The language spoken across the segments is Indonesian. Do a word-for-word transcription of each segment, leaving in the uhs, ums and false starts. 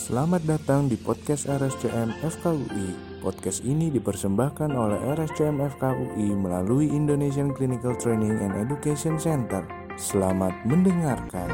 Selamat datang di podcast R S C M F K U I. Podcast ini dipersembahkan oleh R S C M F K U I melalui Indonesian Clinical Training and Education Center. Selamat mendengarkan.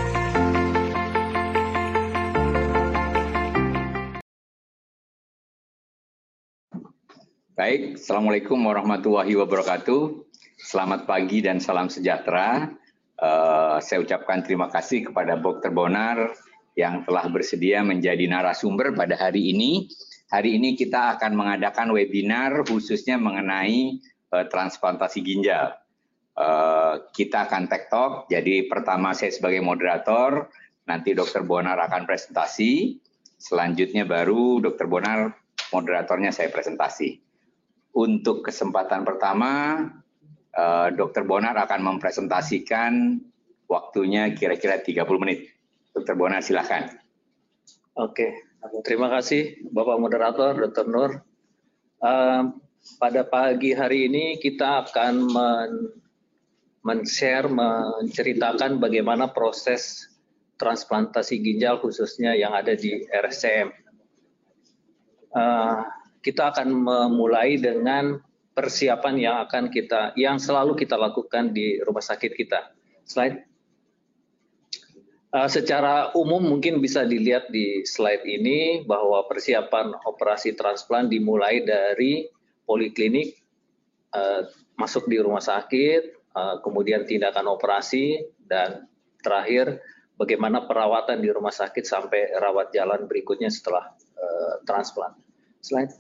Baik, Assalamualaikum warahmatullahi wabarakatuh. Selamat pagi dan salam sejahtera. Uh, saya ucapkan terima kasih kepada Dokter Bonar yang telah bersedia menjadi narasumber pada hari ini. Hari ini kita akan mengadakan webinar khususnya mengenai uh, transplantasi ginjal. Uh, kita akan tek-tok, jadi pertama saya sebagai moderator, nanti Dokter Bonar akan presentasi, selanjutnya baru Dokter Bonar moderatornya saya presentasi. Untuk kesempatan pertama, uh, Dokter Bonar akan mempresentasikan waktunya kira-kira tiga puluh menit. Dokter Bonar, silakan. Oke, terima kasih Bapak Moderator, Dokter Nur. Uh, pada pagi hari ini kita akan men-share, men menceritakan bagaimana proses transplantasi ginjal khususnya yang ada di R S C M. Uh, kita akan memulai dengan persiapan yang akan kita, yang selalu kita lakukan di rumah sakit kita. Slide. Uh, secara umum mungkin bisa dilihat di slide ini bahwa persiapan operasi transplant dimulai dari poliklinik, uh, masuk di rumah sakit, uh, kemudian tindakan operasi, dan terakhir bagaimana perawatan di rumah sakit sampai rawat jalan berikutnya setelah uh, transplant. Slide.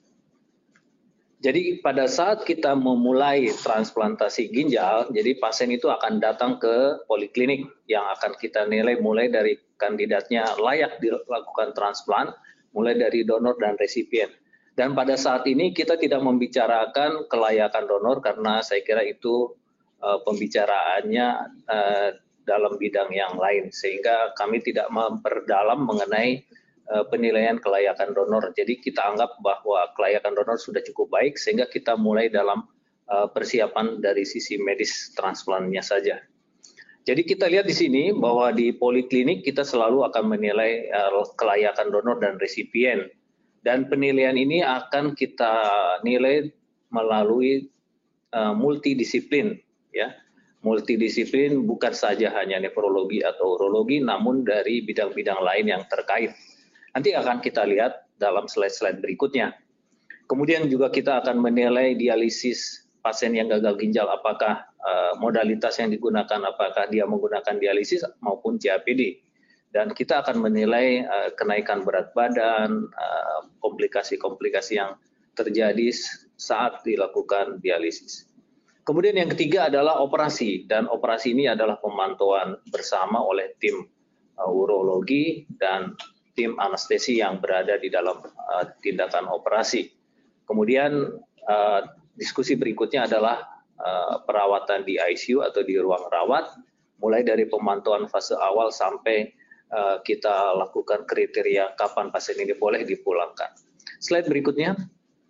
Jadi pada saat kita memulai transplantasi ginjal, jadi pasien itu akan datang ke poliklinik yang akan kita nilai mulai dari kandidatnya layak dilakukan transplant, mulai dari donor dan resipien. Dan pada saat ini kita tidak membicarakan kelayakan donor karena saya kira itu uh, pembicaraannya uh, dalam bidang yang lain, sehingga kami tidak memperdalam mengenai penilaian kelayakan donor. Jadi kita anggap bahwa kelayakan donor sudah cukup baik sehingga kita mulai dalam uh, persiapan dari sisi medis transplantnya saja. Jadi kita lihat di sini bahwa di poliklinik kita selalu akan menilai uh, kelayakan donor dan resipien. Dan penilaian ini akan kita nilai melalui uh, multidisiplin, ya. Multidisiplin bukan saja hanya nefrologi atau urologi, namun dari bidang-bidang lain yang terkait. Nanti akan kita lihat dalam slide-slide berikutnya. Kemudian juga kita akan menilai dialisis pasien yang gagal ginjal, apakah uh, modalitas yang digunakan, apakah dia menggunakan dialisis maupun C A P D. Dan kita akan menilai uh, kenaikan berat badan, komplikasi-komplikasi uh, yang terjadi saat dilakukan dialisis. Kemudian yang ketiga adalah operasi, dan operasi ini adalah pemantauan bersama oleh tim uh, urologi dan tim anestesi yang berada di dalam uh, tindakan operasi. Kemudian uh, diskusi berikutnya adalah uh, perawatan di I C U atau di ruang rawat, mulai dari pemantauan fase awal sampai uh, kita lakukan kriteria kapan pasien ini boleh dipulangkan. Slide berikutnya.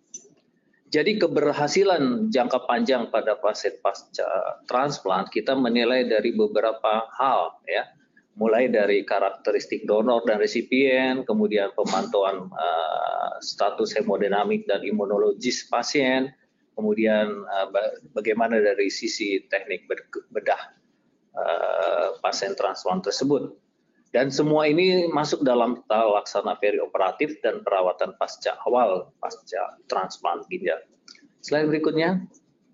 Jadi keberhasilan jangka panjang pada pasien pasca transplant kita menilai dari beberapa hal, ya. Mulai dari karakteristik donor dan resipien, kemudian pemantauan uh, status hemodinamik dan imunologis pasien, kemudian uh, bagaimana dari sisi teknik bedah uh, pasien transplant tersebut. Dan semua ini masuk dalam tata laksana perioperatif dan perawatan pasca awal pasca transplant ginjal. Slide berikutnya.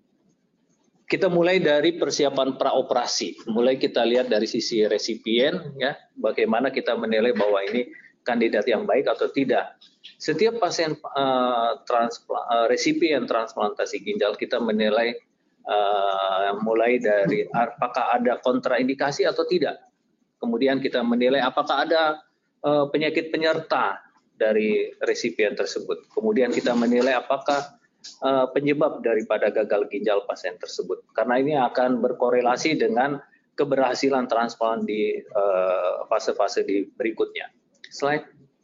Kita mulai dari persiapan praoperasi. Mulai kita lihat dari sisi resipien, ya, bagaimana kita menilai bahwa ini kandidat yang baik atau tidak. Setiap pasien uh, transplant, uh, resipien transplantasi ginjal kita menilai uh, mulai dari apakah ada kontraindikasi atau tidak. Kemudian kita menilai apakah ada uh, penyakit penyerta dari resipien tersebut. Kemudian kita menilai apakah Uh, penyebab daripada gagal ginjal pasien tersebut, karena ini akan berkorelasi dengan keberhasilan transplant di fase-fase uh, di berikutnya. Slide.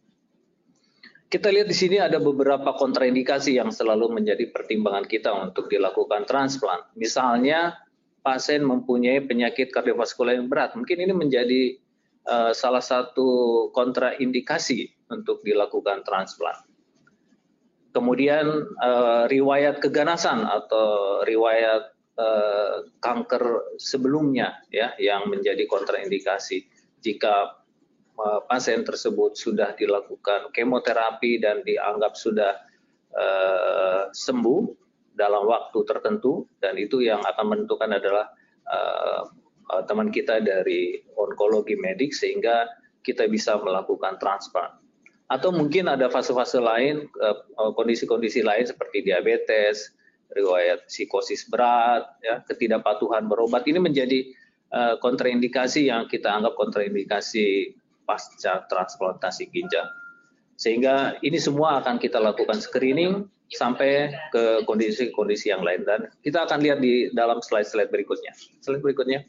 Kita lihat di sini ada beberapa kontraindikasi yang selalu menjadi pertimbangan kita untuk dilakukan transplant. Misalnya pasien mempunyai penyakit kardiovaskular yang berat, mungkin ini menjadi uh, salah satu kontraindikasi untuk dilakukan transplant. Kemudian uh, riwayat keganasan atau riwayat uh, kanker sebelumnya ya yang menjadi kontraindikasi. Jika uh, pasien tersebut sudah dilakukan kemoterapi dan dianggap sudah uh, sembuh dalam waktu tertentu, dan itu yang akan menentukan adalah uh, uh, teman kita dari onkologi medik sehingga kita bisa melakukan transplant. Atau mungkin ada fase-fase lain, kondisi-kondisi lain seperti diabetes, riwayat psikosis berat, ya, ketidakpatuhan berobat. Ini menjadi uh, kontraindikasi yang kita anggap kontraindikasi pasca transplantasi ginjal. Sehingga ini semua akan kita lakukan screening sampai ke kondisi-kondisi yang lain. Dan kita akan lihat di dalam slide-slide berikutnya. Slide berikutnya.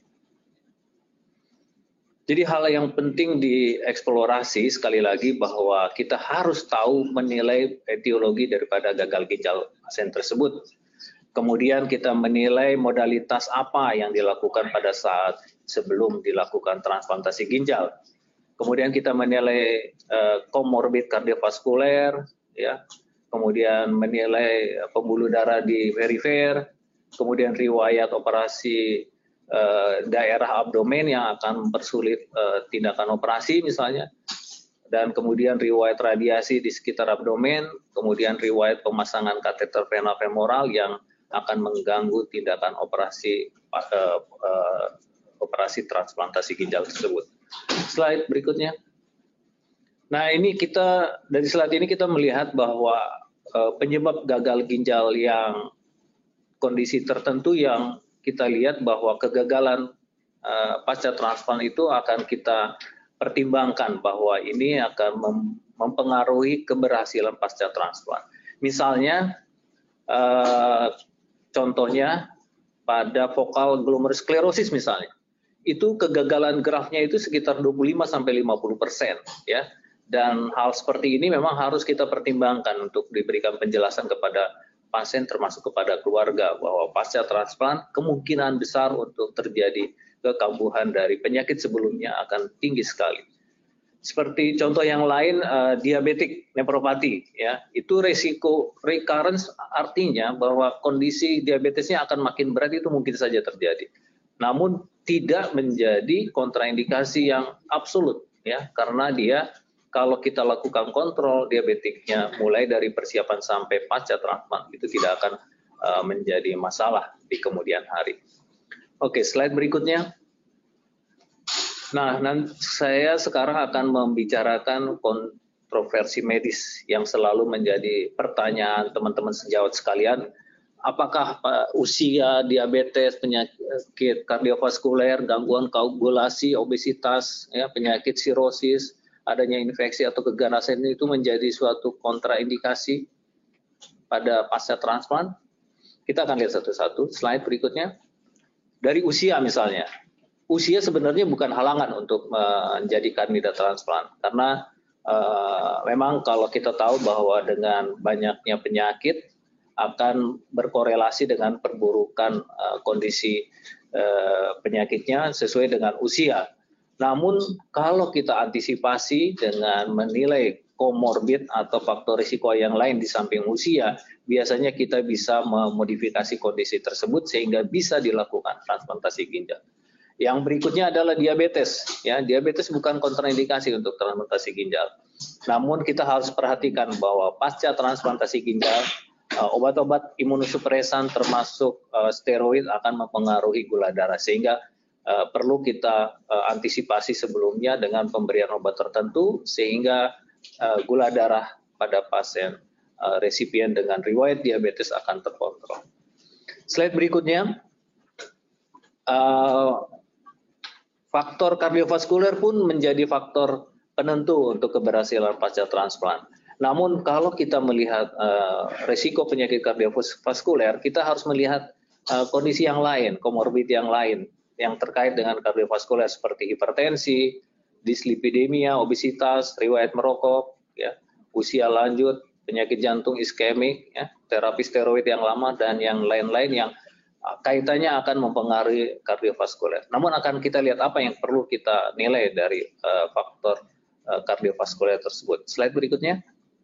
Jadi hal yang penting dieksplorasi sekali lagi bahwa kita harus tahu menilai etiologi daripada gagal ginjal pasien tersebut. Kemudian kita menilai modalitas apa yang dilakukan pada saat sebelum dilakukan transplantasi ginjal. Kemudian kita menilai komorbid uh, kardiovaskuler, ya. Kemudian menilai pembuluh darah di perifer, kemudian riwayat operasi Uh, daerah abdomen yang akan mempersulit uh, tindakan operasi misalnya, dan kemudian riwayat radiasi di sekitar abdomen, kemudian riwayat pemasangan kateter vena femoral yang akan mengganggu tindakan operasi uh, uh, operasi transplantasi ginjal tersebut. Slide berikutnya. Nah, ini kita dari slide ini kita melihat bahwa uh, penyebab gagal ginjal yang kondisi tertentu yang kita lihat bahwa kegagalan uh, pasca transplant itu akan kita pertimbangkan bahwa ini akan mem mempengaruhi keberhasilan pasca transplant. Misalnya, uh, contohnya pada vokal glomerulosklerosis misalnya, itu kegagalan grafnya itu sekitar dua puluh lima sampai lima puluh persen, ya. Dan hal seperti ini memang harus kita pertimbangkan untuk diberikan penjelasan kepada pasien termasuk kepada keluarga bahwa pasca transplant kemungkinan besar untuk terjadi kekambuhan dari penyakit sebelumnya akan tinggi sekali. Seperti contoh yang lain, uh, diabetik nefropati, ya, itu resiko recurrence artinya bahwa kondisi diabetesnya akan makin berat, itu mungkin saja terjadi. Namun tidak menjadi kontraindikasi yang absolut, ya, karena dia kalau kita lakukan kontrol diabetiknya mulai dari persiapan sampai pasca transplant itu tidak akan uh, menjadi masalah di kemudian hari. Oke, slide berikutnya. Nah, nanti saya sekarang akan membicarakan kontroversi medis yang selalu menjadi pertanyaan teman-teman sejawat sekalian. Apakah uh, usia, diabetes, penyakit kardiovaskuler, gangguan koagulasi, obesitas, ya, penyakit sirosis, adanya infeksi atau keganasan itu menjadi suatu kontraindikasi pada pasca transplant? Kita akan lihat satu-satu. Slide berikutnya. Dari usia misalnya, usia sebenarnya bukan halangan untuk menjadi kandidat transplant, karena uh, memang kalau kita tahu bahwa dengan banyaknya penyakit akan berkorelasi dengan perburukan uh, kondisi uh, penyakitnya sesuai dengan usia. Namun kalau kita antisipasi dengan menilai komorbid atau faktor risiko yang lain di samping usia, biasanya kita bisa memodifikasi kondisi tersebut sehingga bisa dilakukan transplantasi ginjal. Yang berikutnya adalah diabetes. Ya, diabetes bukan kontraindikasi untuk transplantasi ginjal. Namun kita harus perhatikan bahwa pasca transplantasi ginjal, obat-obat imunosupresan termasuk steroid akan mempengaruhi gula darah, sehingga Uh, perlu kita uh, antisipasi sebelumnya dengan pemberian obat tertentu sehingga uh, gula darah pada pasien uh, resipien dengan riwayat diabetes akan terkontrol. Slide berikutnya, uh, faktor kardiovaskuler pun menjadi faktor penentu untuk keberhasilan pasca transplant. Namun kalau kita melihat uh, risiko penyakit kardiovaskuler, kita harus melihat uh, kondisi yang lain, komorbid yang lain yang terkait dengan kardiovaskuler seperti hipertensi, dislipidemia, obesitas, riwayat merokok, ya, usia lanjut, penyakit jantung iskemik, ya, terapi steroid yang lama dan yang lain-lain yang kaitannya akan mempengaruhi kardiovaskuler. Namun akan kita lihat apa yang perlu kita nilai dari uh, faktor uh, kardiovaskuler tersebut. Slide berikutnya.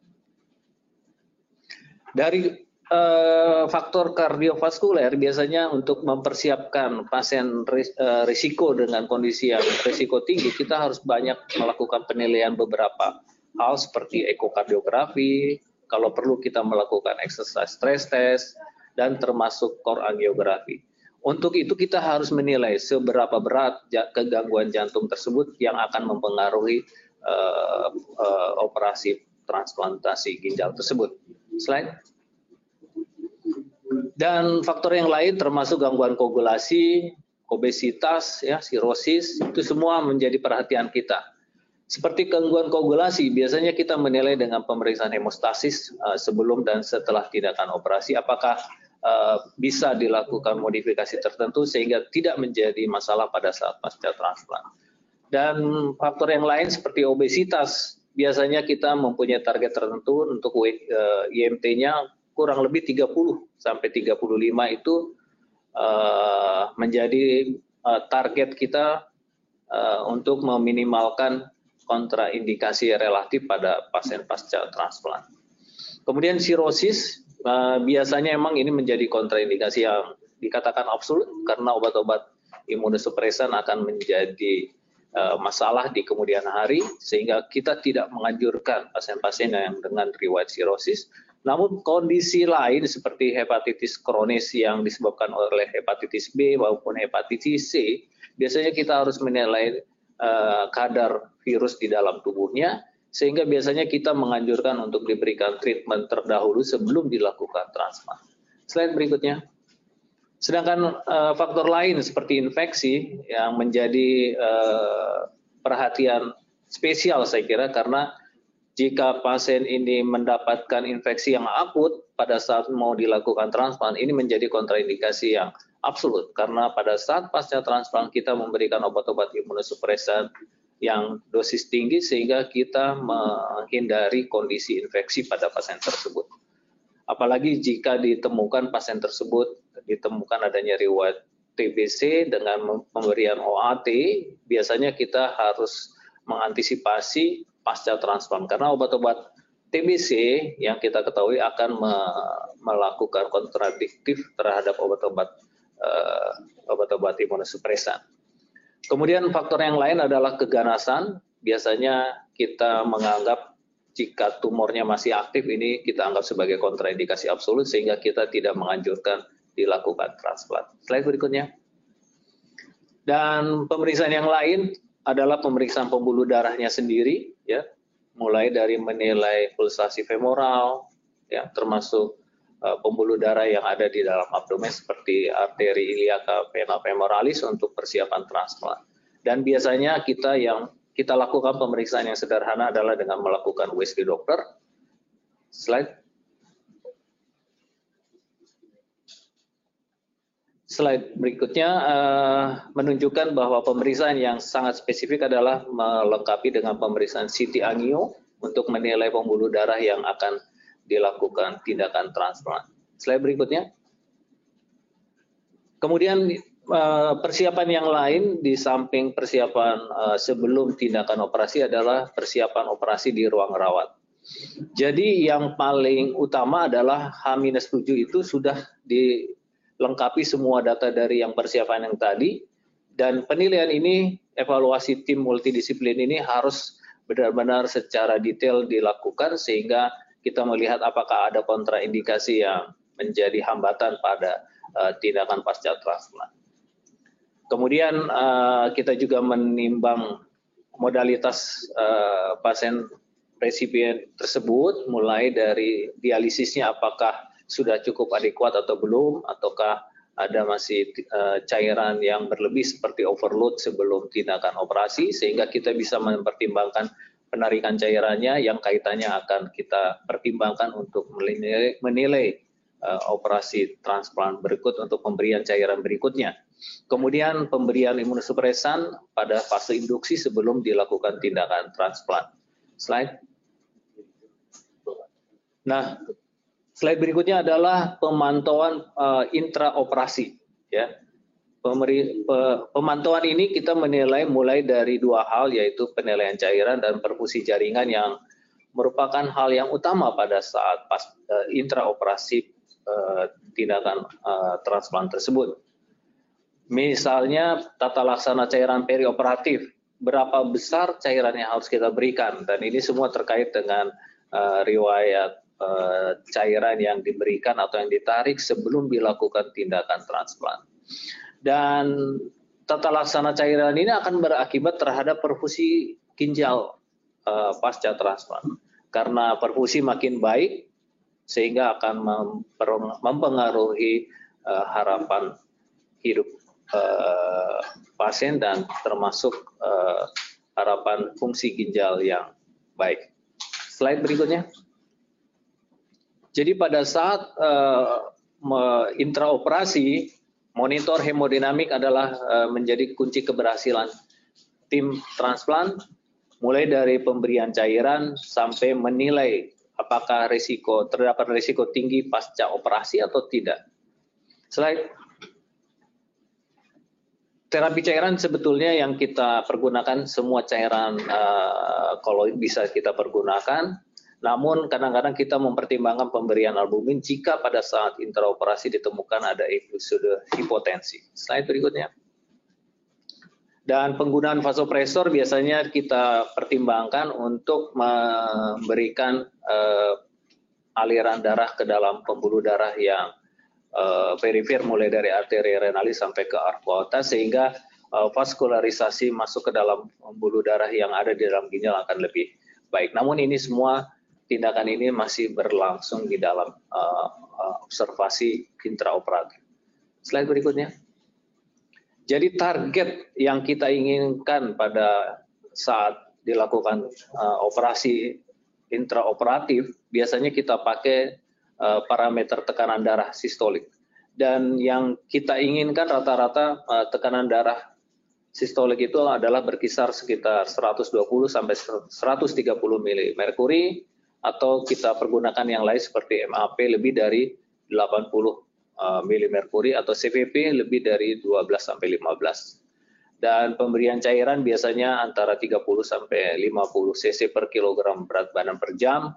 Dari uh, faktor kardiovaskuler biasanya untuk mempersiapkan pasien ris uh, risiko dengan kondisi yang risiko tinggi, kita harus banyak melakukan penilaian beberapa hal seperti ekokardiografi, kalau perlu kita melakukan exercise stress test, dan termasuk core angiografi. Untuk itu kita harus menilai seberapa berat kegangguan jantung tersebut yang akan mempengaruhi uh, uh, operasi transplantasi ginjal tersebut. Slide. Dan faktor yang lain termasuk gangguan koagulasi, obesitas, ya, sirosis, itu semua menjadi perhatian kita. Seperti gangguan koagulasi, biasanya kita menilai dengan pemeriksaan hemostasis uh, sebelum dan setelah tindakan operasi, apakah uh, bisa dilakukan modifikasi tertentu sehingga tidak menjadi masalah pada saat pasca transplant. Dan faktor yang lain seperti obesitas, biasanya kita mempunyai target tertentu untuk uh, I M T-nya kurang lebih tiga puluh sampai tiga puluh lima itu uh, menjadi uh, target kita uh, untuk meminimalkan kontraindikasi relatif pada pasien pasca transplant. Kemudian sirosis, uh, biasanya emang ini menjadi kontraindikasi yang dikatakan absolut karena obat-obat imunosupresan akan menjadi uh, masalah di kemudian hari, sehingga kita tidak menganjurkan pasien-pasien yang dengan riwayat sirosis. Namun kondisi lain seperti hepatitis kronis yang disebabkan oleh hepatitis B maupun hepatitis C, biasanya kita harus menilai Uh, kadar virus di dalam tubuhnya, sehingga biasanya kita menganjurkan untuk diberikan treatment terdahulu sebelum dilakukan transplant. Slide berikutnya. Sedangkan uh, faktor lain seperti infeksi yang menjadi uh, perhatian spesial saya kira, karena jika pasien ini mendapatkan infeksi yang akut pada saat mau dilakukan transplant, ini menjadi kontraindikasi yang absolut, karena pada saat pasca transplant kita memberikan obat-obat imunosupresan yang dosis tinggi sehingga kita menghindari kondisi infeksi pada pasien tersebut. Apalagi jika ditemukan pasien tersebut ditemukan adanya riwayat T B C dengan pemberian O A T, biasanya kita harus mengantisipasi pasca transplant karena obat-obat T B C yang kita ketahui akan me melakukan kontradiktif terhadap obat-obat Uh, obat-obat imunosupresan. Kemudian faktor yang lain adalah keganasan. Biasanya kita menganggap jika tumornya masih aktif, ini kita anggap sebagai kontraindikasi absolut sehingga kita tidak menganjurkan dilakukan transplant. Slide berikutnya. Dan pemeriksaan yang lain adalah pemeriksaan pembuluh darahnya sendiri, ya, mulai dari menilai pulsasi femoral, ya, termasuk pembuluh darah yang ada di dalam abdomen seperti arteri iliaca, vena femoralis untuk persiapan transplant. Dan biasanya kita yang kita lakukan pemeriksaan yang sederhana adalah dengan melakukan U S G dokter. Slide. Slide berikutnya uh, menunjukkan bahwa pemeriksaan yang sangat spesifik adalah melengkapi dengan pemeriksaan C T angio untuk menilai pembuluh darah yang akan dilakukan tindakan transplant. Slide berikutnya. Kemudian persiapan yang lain di samping persiapan sebelum tindakan operasi adalah persiapan operasi di ruang rawat. Jadi yang paling utama adalah H minus tujuh itu sudah dilengkapi semua data dari yang persiapan yang tadi, dan penilaian ini, evaluasi tim multidisiplin ini harus benar-benar secara detail dilakukan sehingga kita melihat apakah ada kontraindikasi yang menjadi hambatan pada uh, tindakan pasca transplant. Kemudian uh, kita juga menimbang modalitas uh, pasien resipien tersebut, mulai dari dialisisnya apakah sudah cukup adekuat atau belum, ataukah ada masih uh, cairan yang berlebih seperti overload sebelum tindakan operasi, sehingga kita bisa mempertimbangkan penarikan cairannya yang kaitannya akan kita pertimbangkan untuk menilai, menilai uh, operasi transplant berikut untuk pemberian cairan berikutnya. Kemudian pemberian imunosupresan pada fase induksi sebelum dilakukan tindakan transplant. Slide. Nah, slide berikutnya adalah pemantauan uh, intraoperasi. ya. Pemeri, pe, pemantauan ini kita menilai mulai dari dua hal, yaitu penilaian cairan dan perfusi jaringan yang merupakan hal yang utama pada saat pas, uh, intraoperasi uh, tindakan uh, transplant tersebut. Misalnya tata laksana cairan perioperatif, berapa besar cairan yang harus kita berikan, dan ini semua terkait dengan uh, riwayat uh, cairan yang diberikan atau yang ditarik sebelum dilakukan tindakan transplant. Dan tata laksana cairan ini akan berakibat terhadap perfusi ginjal uh, pasca transplant. Karena perfusi makin baik, sehingga akan mempengaruhi uh, harapan hidup uh, pasien dan termasuk uh, harapan fungsi ginjal yang baik. Slide berikutnya. Jadi pada saat uh, intraoperasi, monitor hemodinamik adalah uh, menjadi kunci keberhasilan tim transplant, mulai dari pemberian cairan sampai menilai apakah risiko terdapat risiko tinggi pasca operasi atau tidak. Slide. Terapi cairan sebetulnya yang kita pergunakan semua cairan uh, kalau bisa kita pergunakan. Namun kadang-kadang kita mempertimbangkan pemberian albumin jika pada saat intraoperasi ditemukan ada episode hipotensi. Slide berikutnya. Dan penggunaan vasopresor biasanya kita pertimbangkan untuk memberikan uh, aliran darah ke dalam pembuluh darah yang uh, perifer, mulai dari arteri renalis sampai ke arteria aorta, sehingga uh, vaskularisasi masuk ke dalam pembuluh darah yang ada di dalam ginjal akan lebih baik. Namun ini semua tindakan ini masih berlangsung di dalam uh, uh, observasi intraoperatif. Slide berikutnya. Jadi target yang kita inginkan pada saat dilakukan uh, operasi intraoperatif, biasanya kita pakai uh, parameter tekanan darah sistolik. Dan yang kita inginkan rata-rata uh, tekanan darah sistolik itu adalah berkisar sekitar seratus dua puluh sampai seratus tiga puluh milimerkuri, atau kita pergunakan yang lain seperti M A P lebih dari delapan puluh milimerkuri atau C V P lebih dari dua belas sampai lima belas. Dan pemberian cairan biasanya antara tiga puluh sampai lima puluh cc per kilogram berat badan per jam.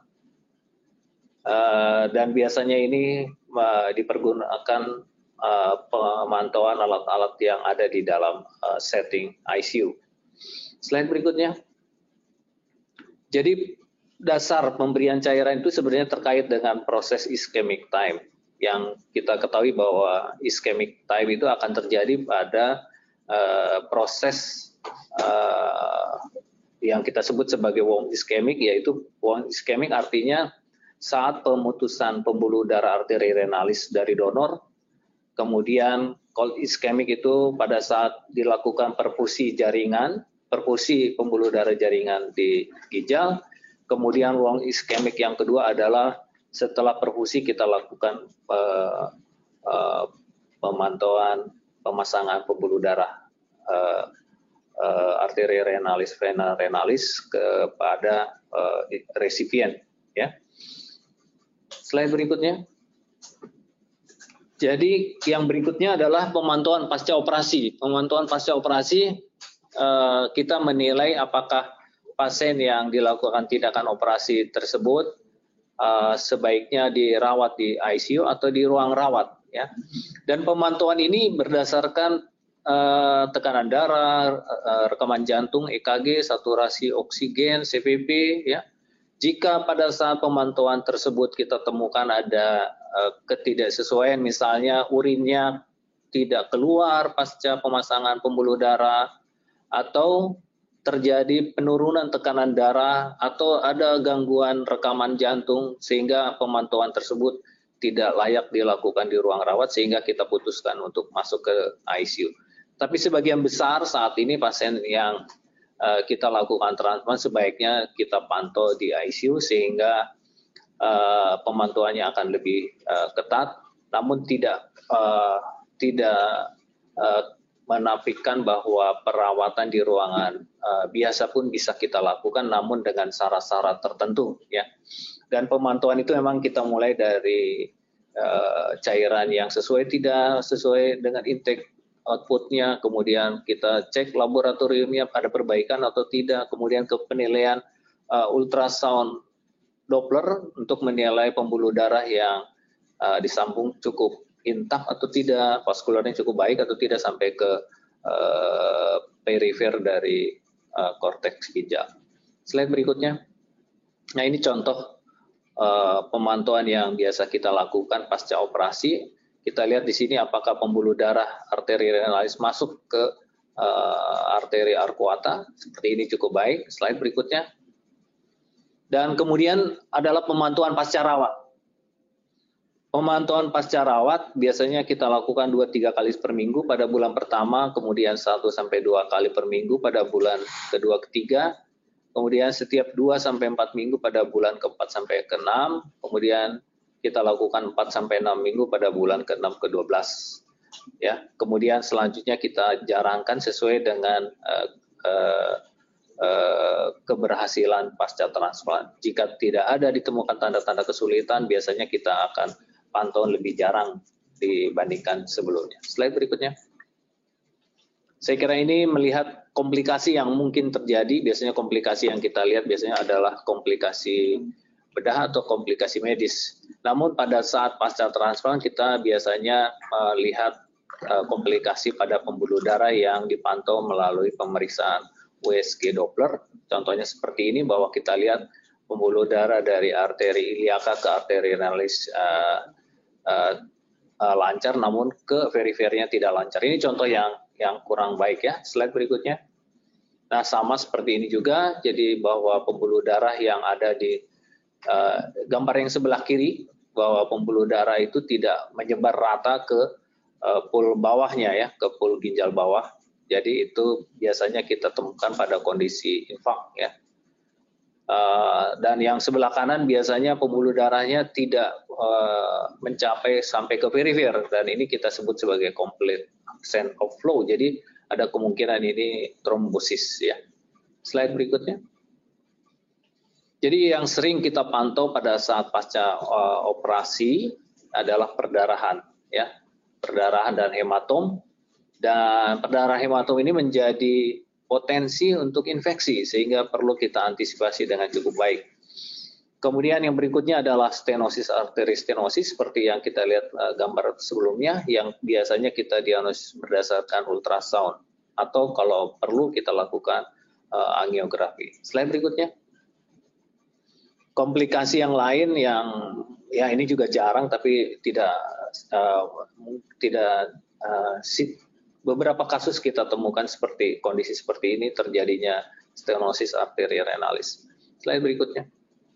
Dan biasanya ini dipergunakan pemantauan alat-alat yang ada di dalam setting I C U. Slide berikutnya. Jadi dasar pemberian cairan itu sebenarnya terkait dengan proses ischemic time, yang kita ketahui bahwa ischemic time itu akan terjadi pada uh, proses uh, yang kita sebut sebagai wong ischemic, yaitu wong ischemic artinya saat pemutusan pembuluh darah arteri renalis dari donor, kemudian cold ischemic itu pada saat dilakukan perfusi jaringan, perfusi pembuluh darah jaringan di ginjal. Kemudian wong ischemic yang kedua adalah setelah perfusi kita lakukan uh, uh, pemantauan pemasangan pembuluh darah uh, uh, arteri renalis vena renalis kepada uh, resipien. Ya. Slide berikutnya. Jadi yang berikutnya adalah pemantauan pasca operasi. Pemantauan pasca operasi uh, kita menilai apakah pasien yang dilakukan tindakan operasi tersebut uh, sebaiknya dirawat di I C U atau di ruang rawat, ya. Dan pemantauan ini berdasarkan uh, tekanan darah, uh, rekaman jantung, E K G, saturasi oksigen, C V P, ya. Jika pada saat pemantauan tersebut kita temukan ada uh, ketidaksesuaian, misalnya urinnya tidak keluar pasca pemasangan pembuluh darah, atau terjadi penurunan tekanan darah, atau ada gangguan rekaman jantung sehingga pemantauan tersebut tidak layak dilakukan di ruang rawat, sehingga kita putuskan untuk masuk ke I C U. Tapi sebagian besar saat ini pasien yang uh, kita lakukan transplant sebaiknya kita pantau di I C U, sehingga uh, pemantauannya akan lebih uh, ketat, namun tidak uh, tidak uh, menafikan bahwa perawatan di ruangan uh, biasa pun bisa kita lakukan, namun dengan syarat-syarat tertentu, ya. Dan pemantauan itu memang kita mulai dari uh, cairan yang sesuai tidak sesuai dengan intake outputnya, kemudian kita cek laboratoriumnya ada perbaikan atau tidak, kemudian ke penilaian uh, ultrasound Doppler untuk menilai pembuluh darah yang uh, disambung cukup intak atau tidak, vaskularnya cukup baik atau tidak sampai ke uh, perifer dari uh, korteks ginjal. Slide berikutnya. Nah, ini contoh uh, pemantauan yang biasa kita lakukan pasca operasi. Kita lihat di sini apakah pembuluh darah arteri renalis masuk ke uh, arteri arcuata. Seperti ini cukup baik. Slide berikutnya. Dan kemudian adalah pemantauan pasca rawat. Pemantauan pasca rawat biasanya kita lakukan dua sampai tiga kali per minggu pada bulan pertama, kemudian satu sampai dua kali per minggu pada bulan kedua ketiga, kemudian setiap dua sampai empat minggu pada bulan keempat sampai keenam, kemudian kita lakukan empat sampai enam minggu pada bulan keenam ke dua belas. Ya, kemudian selanjutnya kita jarangkan sesuai dengan uh, uh, uh, keberhasilan pasca transplant. Jika tidak ada ditemukan tanda-tanda kesulitan, biasanya kita akan pantauan lebih jarang dibandingkan sebelumnya. Slide berikutnya. Saya kira ini melihat komplikasi yang mungkin terjadi. Biasanya komplikasi yang kita lihat biasanya adalah komplikasi bedah atau komplikasi medis. Namun pada saat pasca transplant kita biasanya melihat uh, komplikasi pada pembuluh darah yang dipantau melalui pemeriksaan U S G Doppler. Contohnya seperti ini, bahwa kita lihat pembuluh darah dari arteri iliaka ke arteri renalis uh, Uh, uh, lancar, namun ke perifernya tidak lancar. Ini contoh yang yang kurang baik ya. Slide berikutnya. Nah, sama seperti ini juga, jadi bahwa pembuluh darah yang ada di uh, gambar yang sebelah kiri, bahwa pembuluh darah itu tidak menyebar rata ke uh, pool bawahnya ya, ke pool ginjal bawah. Jadi itu biasanya kita temukan pada kondisi infark ya. Uh, dan yang sebelah kanan biasanya pembuluh darahnya tidak uh, mencapai sampai ke perifer, dan ini kita sebut sebagai complete absence of flow. Jadi ada kemungkinan ini trombosis ya. Slide berikutnya. Jadi yang sering kita pantau pada saat pasca uh, operasi adalah perdarahan ya, perdarahan dan hematom. Dan perdarahan hematom ini menjadi potensi untuk infeksi, sehingga perlu kita antisipasi dengan cukup baik. Kemudian yang berikutnya adalah stenosis arteri stenosis, seperti yang kita lihat uh, gambar sebelumnya, yang biasanya kita diagnosis berdasarkan ultrasound, atau kalau perlu kita lakukan uh, angiografi. Slide berikutnya. Komplikasi yang lain yang ya ini juga jarang, tapi tidak uh, tidak uh, beberapa kasus kita temukan seperti kondisi seperti ini, terjadinya stenosis arteri renalis. Slide berikutnya.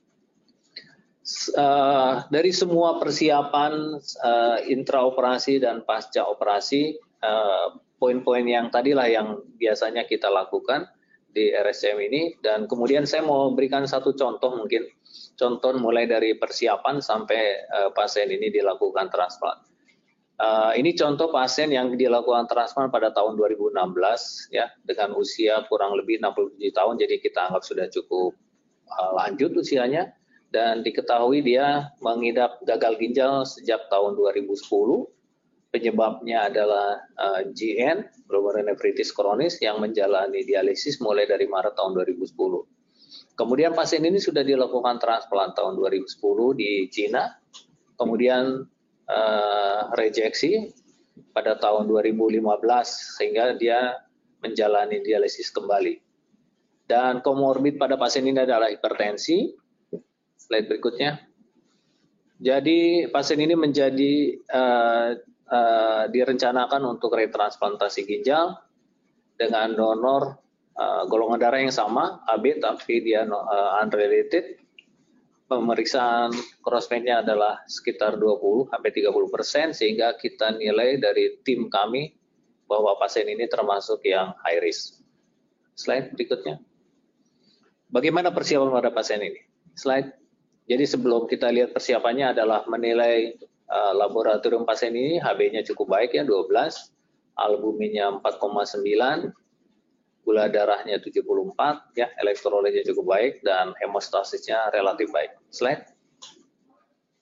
Uh, dari semua persiapan uh, intraoperasi dan pasca operasi, poin-poin uh, yang tadilah yang biasanya kita lakukan di R S C M ini, dan kemudian saya mau berikan satu contoh, mungkin contoh mulai dari persiapan sampai uh, pasien ini dilakukan transplant. Uh, ini contoh pasien yang dilakukan transplant pada tahun dua ribu enam belas ya, dengan usia kurang lebih enam puluh tujuh tahun, jadi kita anggap sudah cukup uh, lanjut usianya, dan diketahui dia mengidap gagal ginjal sejak tahun dua ribu sepuluh. Penyebabnya adalah uh, G N, glomerulonefritis kronis, yang menjalani dialisis mulai dari Maret tahun dua ribu sepuluh. Kemudian pasien ini sudah dilakukan transplant tahun dua ribu sepuluh di Cina, kemudian Uh, rejeksi pada tahun dua ribu lima belas, sehingga dia menjalani dialisis kembali. Dan komorbid pada pasien ini adalah hipertensi. Slide berikutnya. Jadi pasien ini menjadi uh, uh, direncanakan untuk retransplantasi ginjal dengan donor uh, golongan darah yang sama, A B, tapi dia uh, unrelated. Pemeriksaan crossmatch-nya adalah sekitar dua puluh sampai tiga puluh persen, sehingga kita nilai dari tim kami bahwa pasien ini termasuk yang high risk. Slide berikutnya. Bagaimana persiapan pada pasien ini? Slide. Jadi sebelum kita lihat persiapannya adalah menilai uh, laboratorium pasien ini, H B-nya cukup baik ya, dua belas, albuminnya empat koma sembilan, gula darahnya tujuh puluh empat, ya, elektrolitnya cukup baik, dan hemostasisnya relatif baik. Slide.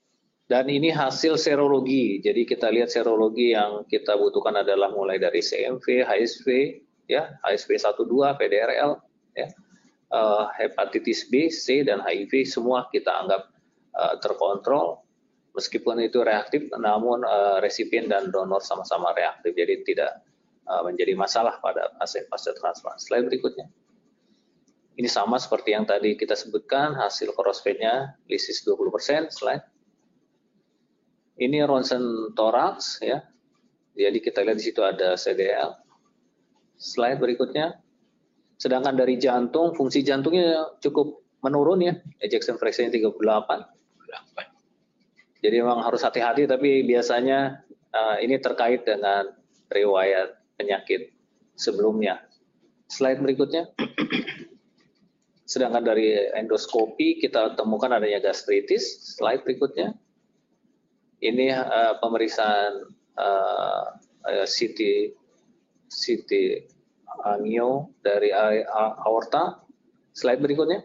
Dan ini hasil serologi. Jadi kita lihat serologi yang kita butuhkan adalah mulai dari C M V, H S V, ya, H S V satu dua, P D R L, ya, uh, hepatitis B, C, dan H I V semua kita anggap uh, terkontrol. Meskipun itu reaktif, namun uh, resipien dan donor sama-sama reaktif, jadi tidak uh, menjadi masalah pada pasien pasca transplant. Slide berikutnya. Ini sama seperti yang tadi kita sebutkan, hasil crossfade-nya lysis dua puluh persen. Slide. Ini ronsen toraks, ya. Jadi kita lihat di situ ada C D L. Slide berikutnya. Sedangkan dari jantung, fungsi jantungnya cukup menurun, ya. Ejection fraction tiga puluh delapan. Jadi memang harus hati-hati, tapi biasanya uh, ini terkait dengan riwayat penyakit sebelumnya. Slide berikutnya. Sedangkan dari endoskopi kita temukan adanya gastritis. Slide berikutnya. Ini uh, pemeriksaan uh, uh, C T C T angio dari aorta. Slide berikutnya.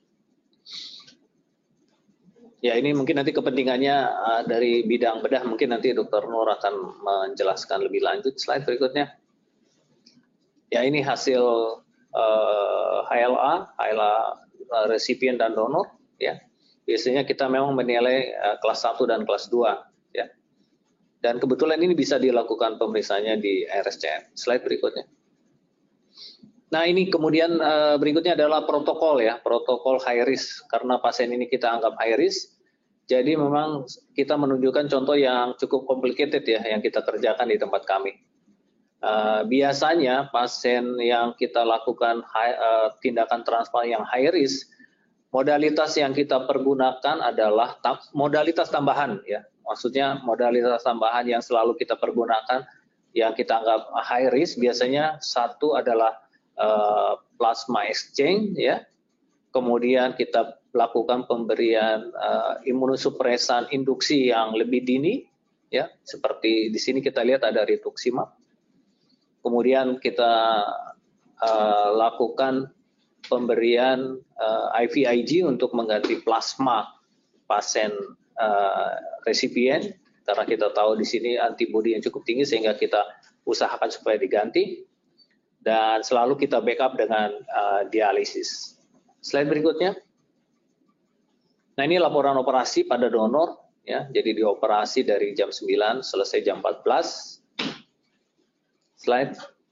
Ya, ini mungkin nanti kepentingannya uh, dari bidang bedah, mungkin nanti Dokter Nur akan menjelaskan lebih lanjut. Slide berikutnya. Ya, ini hasil uh, H L A, H L A uh, resipien dan donor, ya. Biasanya kita memang menilai uh, kelas satu dan kelas dua, ya. Dan kebetulan ini bisa dilakukan pemeriksaannya di R S C M. Slide berikutnya. Nah, ini kemudian uh, berikutnya adalah protokol, ya, protokol high risk. Karena pasien ini kita anggap high risk, jadi memang kita menunjukkan contoh yang cukup complicated, ya, yang kita kerjakan di tempat kami. Uh, biasanya pasien yang kita lakukan high, uh, tindakan transplant yang high risk, modalitas yang kita pergunakan adalah modalitas tambahan, ya. Maksudnya modalitas tambahan yang selalu kita pergunakan yang kita anggap high risk biasanya satu adalah uh, plasma exchange, ya. Kemudian kita lakukan pemberian uh, imunosupresan induksi yang lebih dini, ya. Seperti di sini kita lihat ada rituximab. Kemudian kita uh, lakukan pemberian uh, I V I G untuk mengganti plasma pasien uh, resipien, karena kita tahu di sini antibodi yang cukup tinggi sehingga kita usahakan supaya diganti, dan selalu kita backup dengan uh, dialisis. Slide berikutnya. Nah, ini laporan operasi pada donor, ya. Jadi dioperasi dari jam sembilan selesai jam empat belas. Slide.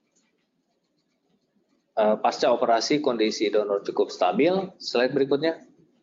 Uh, pasca operasi kondisi donor cukup stabil. Slide berikutnya.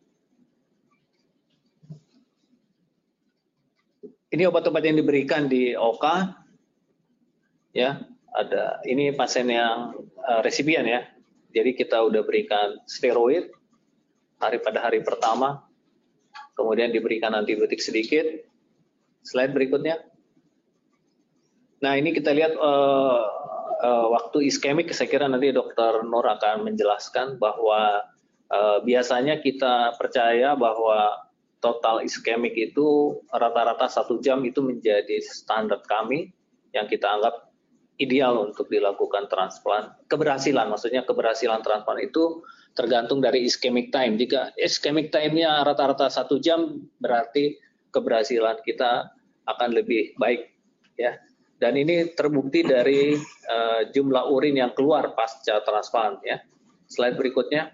Ini obat-obat yang diberikan di O K, ya. Ada ini pasien yang uh, resipien, ya. Jadi kita udah berikan steroid hari pada hari pertama, kemudian diberikan antibiotik sedikit. Slide berikutnya. Nah, ini kita lihat uh, uh, waktu iskemik, saya kira nanti Dokter Nur akan menjelaskan bahwa uh, biasanya kita percaya bahwa total iskemik itu rata-rata satu jam itu menjadi standar kami yang kita anggap ideal untuk dilakukan transplant. Keberhasilan, maksudnya keberhasilan transplant itu tergantung dari ischemic time. Jika ischemic time-nya rata-rata satu jam, berarti keberhasilan kita akan lebih baik, ya. Dan ini terbukti dari uh, jumlah urin yang keluar pasca transplant, ya. Slide berikutnya.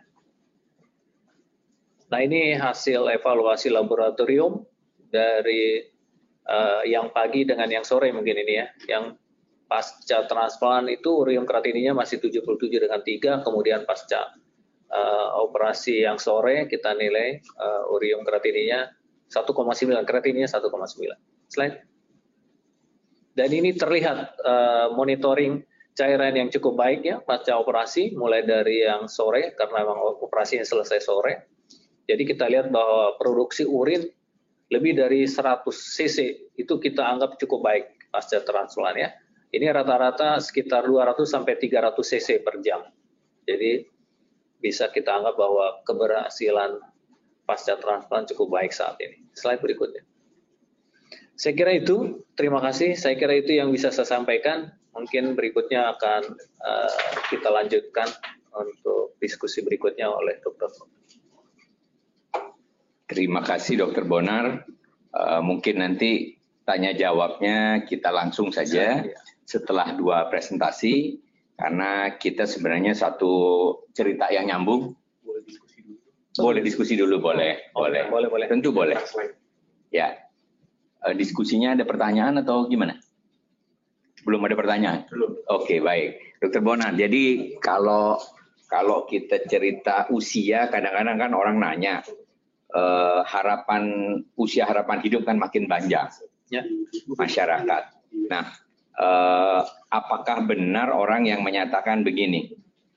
Nah, ini hasil evaluasi laboratorium dari uh, yang pagi dengan yang sore mungkin ini, ya. Yang pasca transplant itu urium kreatininya masih tujuh puluh tujuh dengan tiga, kemudian pasca uh, operasi yang sore kita nilai uh, urium kreatininya satu koma sembilan, kreatininya satu koma sembilan. Slide. Dan ini terlihat uh, monitoring cairan yang cukup baik, ya, pasca operasi, mulai dari yang sore, karena memang operasinya selesai sore. Jadi kita lihat bahwa produksi urin lebih dari seratus cc, itu kita anggap cukup baik pasca transplant, ya. Ini rata-rata sekitar dua ratus sampai tiga ratus cc per jam. Jadi bisa kita anggap bahwa keberhasilan pasca transplant cukup baik saat ini. Slide berikutnya. Saya kira itu, terima kasih. Saya kira itu yang bisa saya sampaikan. Mungkin berikutnya akan uh, kita lanjutkan untuk diskusi berikutnya oleh Dokter Terima kasih Dokter Bonar. Uh, mungkin nanti tanya jawabnya kita langsung saja setelah dua presentasi, karena kita sebenarnya satu cerita yang nyambung. Boleh diskusi dulu. Boleh diskusi dulu, boleh, boleh, boleh, boleh. Tentu boleh. Ya, uh, diskusinya ada pertanyaan atau gimana? Belum ada pertanyaan. Belum. Oke, baik, Dokter Bonar. Jadi kalau kalau kita cerita usia, kadang-kadang kan orang nanya. Uh, harapan usia harapan hidup kan makin panjang ya, masyarakat. Nah, uh, apakah benar orang yang menyatakan begini,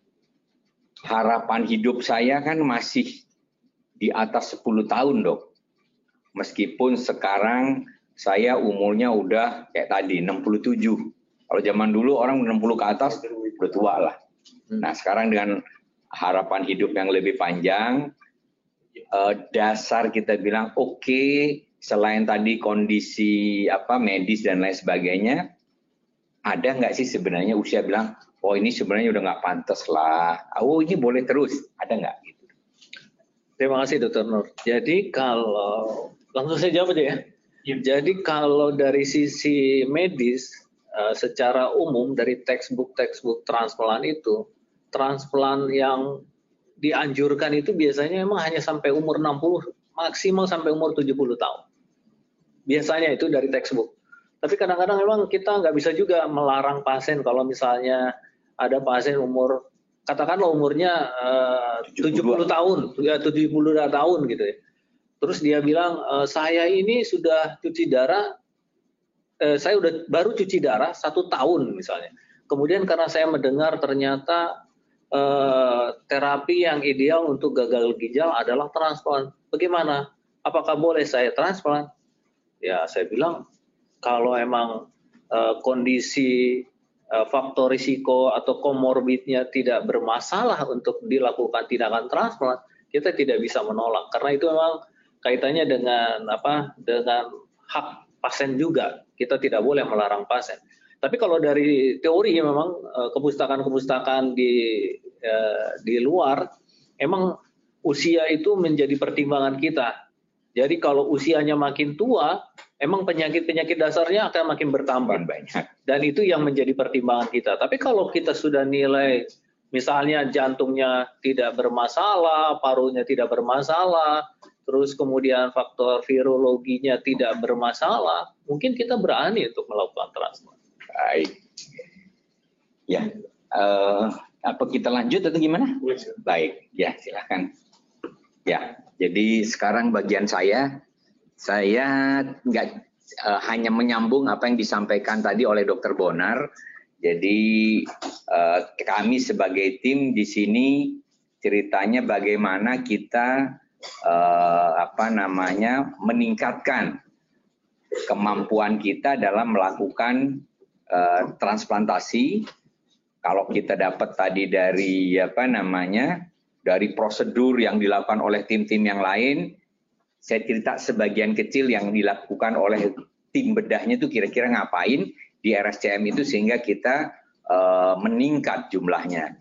harapan hidup saya kan masih di atas sepuluh tahun dok, meskipun sekarang saya umurnya udah kayak tadi enam puluh tujuh. Kalau zaman dulu orang enam puluh ke atas udah tua lah. Nah sekarang dengan harapan hidup yang lebih panjang, Uh, dasar kita bilang oke, okay, selain tadi kondisi apa medis dan lain sebagainya, ada nggak sih sebenarnya usia bilang oh ini sebenarnya udah nggak pantas lah, oh ini boleh terus, ada nggak gitu? Terima kasih Dokter Nur. Jadi kalau langsung saya jawab aja ya. ya. Jadi kalau dari sisi medis uh, secara umum dari textbook textbook transplant itu, transplant yang dianjurkan itu biasanya memang hanya sampai umur enam puluh, maksimal sampai umur tujuh puluh tahun. Biasanya itu dari textbook. Tapi kadang-kadang memang kita nggak bisa juga melarang pasien kalau misalnya ada pasien umur, katakanlah umurnya uh, tujuh puluh tahun, ya tujuh puluh dua tahun gitu ya. Terus dia bilang, e, saya ini sudah cuci darah, e, saya udah baru cuci darah satu tahun misalnya. Kemudian karena saya mendengar ternyata Uh, terapi yang ideal untuk gagal ginjal adalah transplant. Bagaimana? Apakah boleh saya transplant? Ya, saya bilang kalau emang uh, kondisi uh, faktor risiko atau komorbidnya tidak bermasalah untuk dilakukan tindakan transplant, kita tidak bisa menolak karena itu memang kaitannya dengan apa? Dengan hak pasien juga. Kita tidak boleh melarang pasien. Tapi kalau dari teori memang kepustakaan-kepustakaan di di luar, emang usia itu menjadi pertimbangan kita. Jadi kalau usianya makin tua, emang penyakit-penyakit dasarnya akan makin bertambah banyak. Dan itu yang menjadi pertimbangan kita. Tapi kalau kita sudah nilai, misalnya jantungnya tidak bermasalah, parunya tidak bermasalah, terus kemudian faktor virologinya tidak bermasalah, mungkin kita berani untuk melakukan transplant. Baik, ya, uh, apa kita lanjut atau gimana? Baik, ya silakan. Ya, jadi sekarang bagian saya, saya nggak uh, hanya menyambung apa yang disampaikan tadi oleh Dokter Bonar. Jadi uh, kami sebagai tim di sini ceritanya bagaimana kita uh, apa namanya meningkatkan kemampuan kita dalam melakukan Uh, transplantasi. Kalau kita dapat tadi dari apa namanya dari prosedur yang dilakukan oleh tim-tim yang lain, saya cerita sebagian kecil yang dilakukan oleh tim bedahnya itu kira-kira ngapain di R S C M itu sehingga kita uh, meningkat jumlahnya.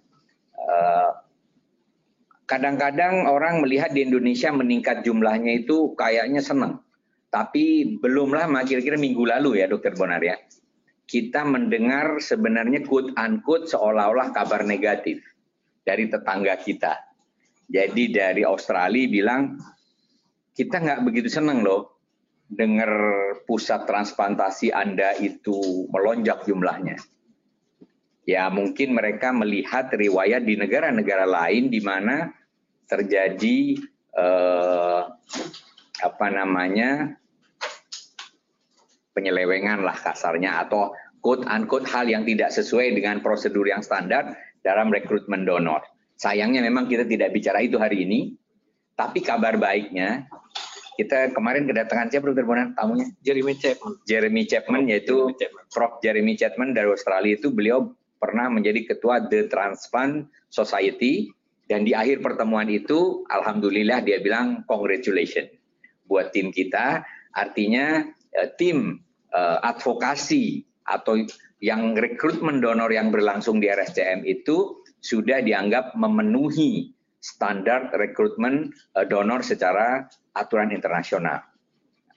Kadang-kadang uh, orang melihat di Indonesia meningkat jumlahnya itu kayaknya senang, tapi belum lama, kira-kira minggu lalu ya Dokter Bonar ya, kita mendengar sebenarnya quote unquote seolah-olah kabar negatif dari tetangga kita. Jadi dari Australia bilang, kita nggak begitu senang loh dengar pusat transplantasi Anda itu melonjak jumlahnya. Ya mungkin mereka melihat riwayat di negara-negara lain di mana terjadi eh, apa namanya penyelewengan lah kasarnya atau quote unquote hal yang tidak sesuai dengan prosedur yang standar dalam rekrutmen donor. Sayangnya memang kita tidak bicara itu hari ini, tapi kabar baiknya kita kemarin kedatangan siapa Dokter Bonar tamunya? Jeremy Chapman. Jeremy Chapman yaitu Jeremy Chapman. Prof Jeremy Chapman dari Australia itu beliau pernah menjadi ketua The Transplant Society dan di akhir pertemuan itu alhamdulillah dia bilang congratulations buat tim kita, artinya tim uh, advokasi atau yang rekrutmen donor yang berlangsung di R S C M itu sudah dianggap memenuhi standar rekrutmen uh, donor secara aturan internasional.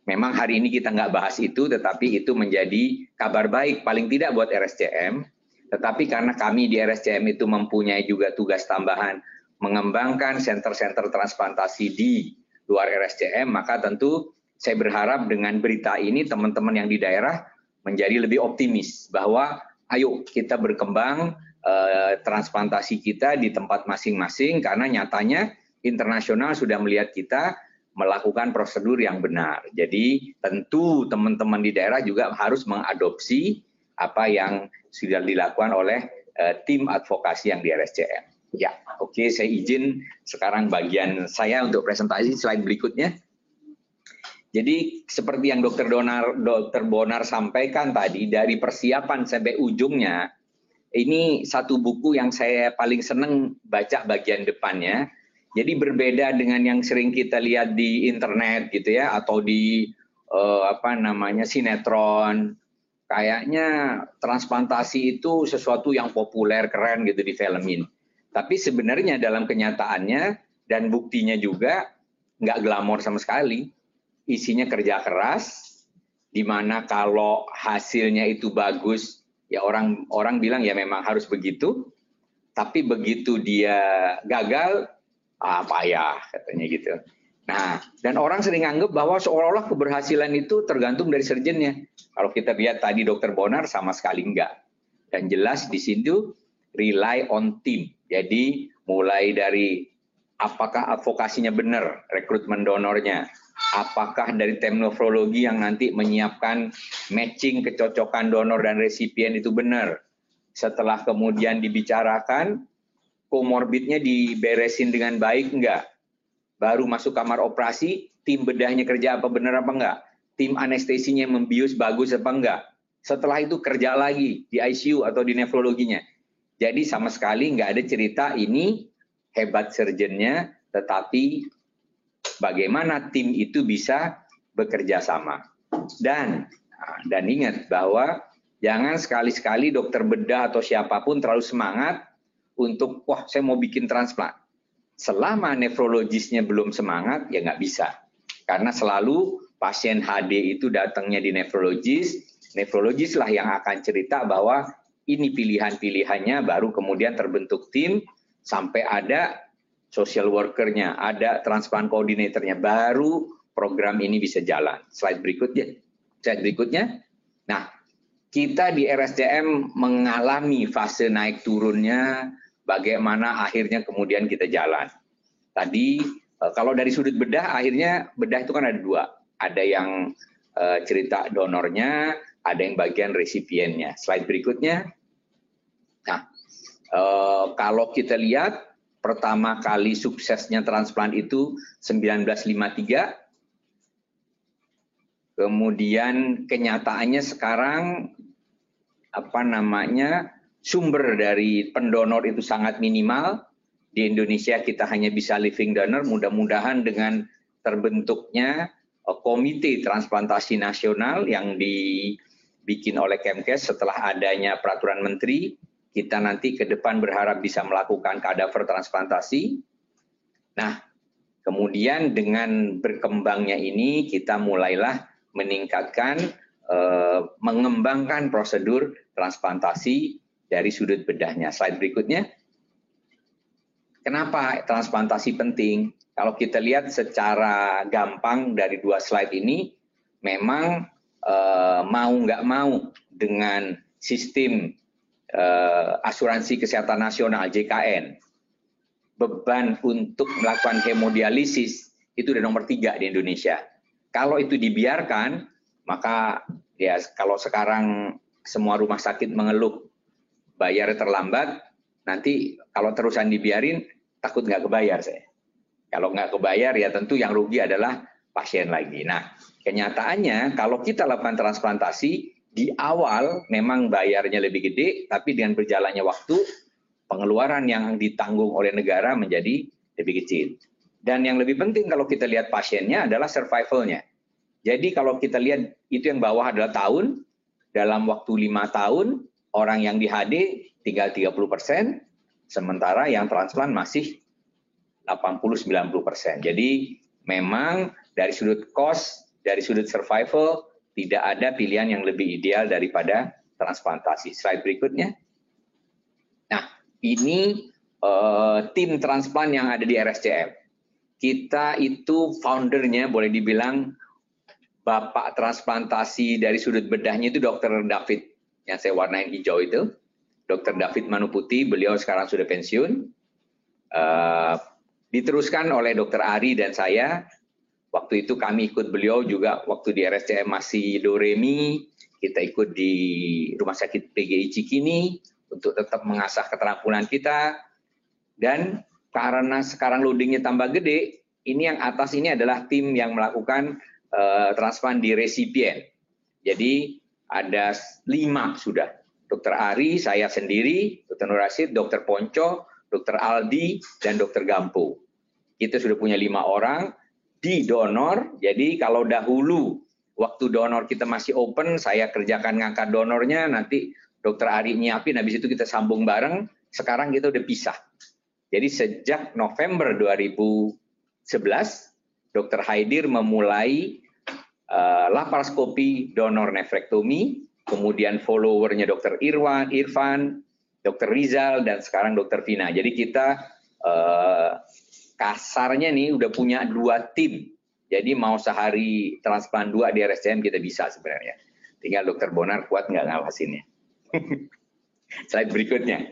Memang hari ini kita nggak bahas itu, tetapi itu menjadi kabar baik paling tidak buat R S C M. Tetapi karena kami di R S C M itu mempunyai juga tugas tambahan mengembangkan center-center transplantasi di luar R S C M, maka tentu saya berharap dengan berita ini teman-teman yang di daerah menjadi lebih optimis bahwa ayo kita berkembang eh, transplantasi kita di tempat masing-masing, karena nyatanya internasional sudah melihat kita melakukan prosedur yang benar. Jadi tentu teman-teman di daerah juga harus mengadopsi apa yang sudah dilakukan oleh uh, tim advokasi yang di R S C M. Ya, oke, okay, saya izin sekarang bagian saya untuk presentasi slide berikutnya. Jadi seperti yang Dokter Donar, Dokter Bonar sampaikan tadi, dari persiapan sampai ujungnya, ini satu buku yang saya paling seneng baca bagian depannya. Jadi berbeda dengan yang sering kita lihat di internet gitu ya, atau di uh, apa namanya sinetron. Kayaknya transplantasi itu sesuatu yang populer, keren gitu di filmin. Tapi sebenarnya dalam kenyataannya dan buktinya juga nggak glamor sama sekali. Isinya kerja keras, di mana kalau hasilnya itu bagus, ya orang orang bilang ya memang harus begitu. Tapi begitu dia gagal, ah payah katanya gitu. Nah, dan orang sering anggap bahwa seolah-olah keberhasilan itu tergantung dari surgeonnya. Kalau kita lihat tadi Dokter Bonar sama sekali enggak. Dan jelas di situ rely on team. Jadi mulai dari apakah advokasinya benar, rekrutmen donornya, apakah dari tim nefrologi yang nanti menyiapkan matching kecocokan donor dan resipien itu benar. Setelah kemudian dibicarakan, komorbidnya diberesin dengan baik enggak? Baru masuk kamar operasi, tim bedahnya kerja apa benar apa enggak? Tim anestesinya membius bagus apa enggak? Setelah itu kerja lagi di I C U atau di nefrologinya. Jadi sama sekali enggak ada cerita ini hebat surgeonnya, tetapi bagaimana tim itu bisa bekerja sama. Dan dan ingat bahwa jangan sekali-sekali dokter bedah atau siapapun terlalu semangat untuk, wah saya mau bikin transplant. Selama nefrologisnya belum semangat, ya nggak bisa. Karena selalu pasien H D itu datangnya di nefrologis, nefrologis lah yang akan cerita bahwa ini pilihan-pilihannya, baru kemudian terbentuk tim, sampai ada social worker-nya, ada transplant coordinator-nya, baru program ini bisa jalan. Slide berikutnya. Slide berikutnya. Nah, kita di R S C M mengalami fase naik turunnya, bagaimana akhirnya kemudian kita jalan. Tadi kalau dari sudut bedah, akhirnya bedah itu kan ada dua. Ada yang uh, cerita donornya, ada yang bagian resipiennya. Slide berikutnya. Nah, uh, kalau kita lihat, pertama kali suksesnya transplant itu seribu sembilan ratus lima puluh tiga. Kemudian kenyataannya sekarang apa namanya sumber dari pendonor itu sangat minimal. Di Indonesia kita hanya bisa living donor. Mudah-mudahan dengan terbentuknya komite transplantasi nasional yang dibikin oleh Kemkes setelah adanya peraturan menteri, kita nanti ke depan berharap bisa melakukan kadaver transplantasi. Nah, kemudian dengan berkembangnya ini kita mulailah meningkatkan, eh, mengembangkan prosedur transplantasi dari sudut bedahnya. Slide berikutnya. Kenapa transplantasi penting? Kalau kita lihat secara gampang dari dua slide ini, memang eh, mau nggak mau dengan sistem eh, asuransi kesehatan nasional J K N, beban untuk melakukan hemodialisis itu udah nomor tiga di Indonesia. Kalau itu dibiarkan, maka ya kalau sekarang semua rumah sakit mengeluh bayar terlambat, nanti kalau terusan dibiarin takut nggak kebayar saya. Kalau nggak kebayar ya tentu yang rugi adalah pasien lagi. Nah, kenyataannya kalau kita lakukan transplantasi di awal memang bayarnya lebih gede, tapi dengan berjalannya waktu pengeluaran yang ditanggung oleh negara menjadi lebih kecil. Dan yang lebih penting kalau kita lihat pasiennya adalah survival-nya. Jadi kalau kita lihat itu yang bawah adalah tahun, dalam waktu lima tahun orang yang di H D tinggal tiga puluh persen, sementara yang transplant masih delapan puluh sampai sembilan puluh persen. Jadi memang dari sudut cost dari sudut survival, tidak ada pilihan yang lebih ideal daripada transplantasi. Slide berikutnya. Nah, ini uh, tim transplant yang ada di R S C M. Kita itu foundernya, boleh dibilang bapak transplantasi dari sudut bedahnya itu dokter David, yang saya warnain hijau itu. dokter David Manuputi, beliau sekarang sudah pensiun. Uh, diteruskan oleh dokter Ari dan saya. Waktu itu kami ikut beliau juga waktu di R S C M masih Doremi, kita ikut di Rumah Sakit P G I Cikini untuk tetap mengasah keterampilan kita. Dan karena sekarang loadingnya tambah gede, ini yang atas ini adalah tim yang melakukan uh, transplant di resipien. Jadi ada lima sudah. dokter Ari, saya sendiri, dokter Nur Rasid, dokter Ponco, dokter Aldi, dan dokter Gampo. Kita sudah punya lima orang. Di donor, jadi kalau dahulu waktu donor kita masih open, saya kerjakan ngangkat donornya, nanti dokter Ari nyiapin, habis itu kita sambung bareng, sekarang kita udah pisah. Jadi sejak November dua ribu sebelas, dokter Haidir memulai uh, laparoskopi donor nefrektomi, kemudian followernya dokter Irwan, Irfan, dokter Rizal, dan sekarang dokter Vina. Jadi kita uh, kasarnya nih udah punya dua tim. Jadi mau sehari transplant dua di R S C M kita bisa sebenarnya. Tinggal dokter Bonar kuat nggak ngawasinnya. Slide berikutnya.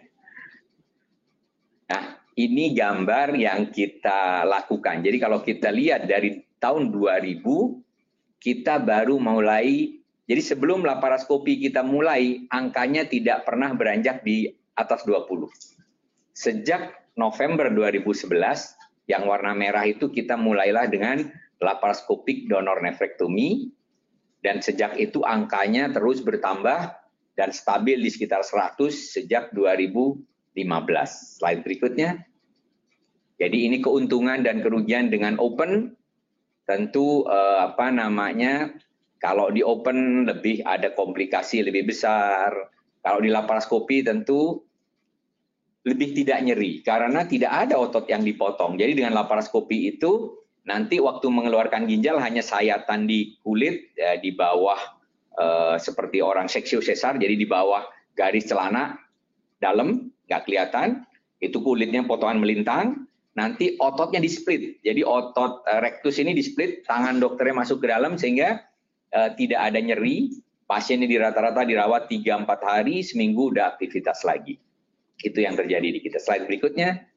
Nah, ini gambar yang kita lakukan. Jadi kalau kita lihat dari tahun dua ribu, kita baru mulai, jadi sebelum laparoskopi kita mulai, angkanya tidak pernah beranjak di atas dua puluh. Sejak November dua ribu sebelas, yang warna merah itu kita mulailah dengan laparoskopik donor nefrektomi, dan sejak itu angkanya terus bertambah dan stabil di sekitar seratus sejak dua ribu lima belas. Slide berikutnya. Jadi ini keuntungan dan kerugian dengan open. Tentu eh, apa namanya, kalau di open lebih ada komplikasi lebih besar. Kalau di laparoskopi tentu lebih tidak nyeri karena tidak ada otot yang dipotong. Jadi dengan laparoskopi itu nanti waktu mengeluarkan ginjal hanya sayatan di kulit ya, di bawah eh, seperti orang seksio sesar, jadi di bawah garis celana dalam nggak kelihatan, itu kulitnya potongan melintang. Nanti ototnya di split. Jadi otot eh, rectus ini di split, tangan dokternya masuk ke dalam sehingga eh, tidak ada nyeri. Pasiennya di rata-rata dirawat tiga sampai empat hari, seminggu udah aktivitas lagi. Itu yang terjadi di kita. Slide berikutnya.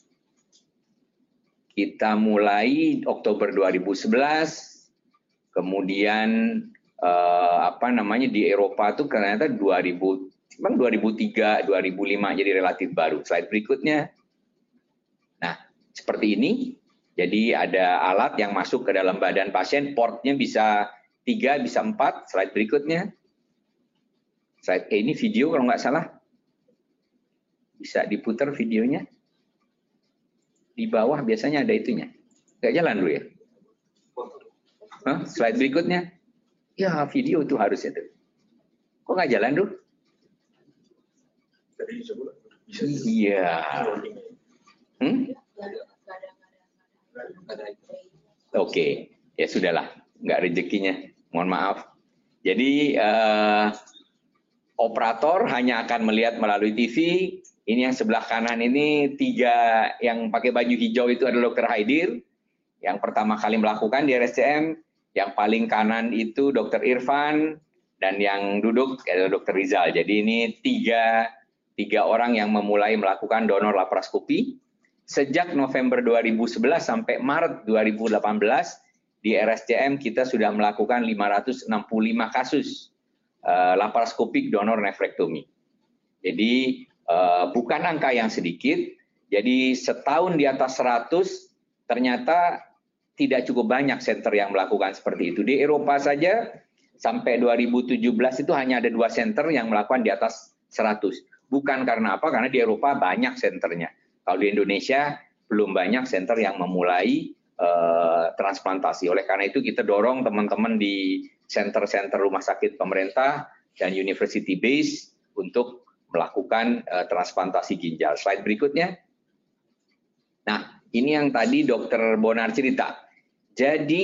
Kita mulai Oktober dua ribu sebelas, kemudian eh, apa namanya di Eropa tuh ternyata dua ribu, dua ribu tiga, dua ribu lima, jadi relatif baru. Slide berikutnya. Nah, seperti ini. Jadi ada alat yang masuk ke dalam badan pasien, portnya bisa tiga, bisa empat. Slide berikutnya. Slide eh, ini video kalau nggak salah. Bisa diputar videonya. Di bawah biasanya ada itunya. Nggak jalan dulu ya? Hah? Slide berikutnya. Ya video tuh harusnya tuh. Kok nggak jalan dulu? Iya. Hmm? Oke, ya sudahlah. Nggak rezekinya. Mohon maaf. Jadi uh, operator hanya akan melihat melalui T V. Ini yang sebelah kanan ini tiga yang pakai baju hijau itu adalah dokter Haidir. Yang pertama kali melakukan di R S C M. Yang paling kanan itu dokter Irfan. Dan yang duduk adalah dokter Rizal. Jadi ini tiga, tiga orang yang memulai melakukan donor laparoskopi. Sejak November dua ribu sebelas sampai Maret dua ribu delapan belas, di R S C M kita sudah melakukan lima ratus enam puluh lima kasus uh, laparoskopik donor nefrektomi. Jadi Uh, bukan angka yang sedikit, jadi setahun di atas seratus ternyata tidak cukup banyak center yang melakukan seperti itu. Di Eropa saja sampai dua ribu tujuh belas itu hanya ada dua center yang melakukan di atas seratus. Bukan karena apa? Karena di Eropa banyak senternya. Kalau di Indonesia belum banyak center yang memulai uh, transplantasi. Oleh karena itu kita dorong teman-teman di center-center rumah sakit pemerintah dan university base untuk melakukan uh, transplantasi ginjal. Slide berikutnya. Nah, ini yang tadi dokter Bonar cerita. Jadi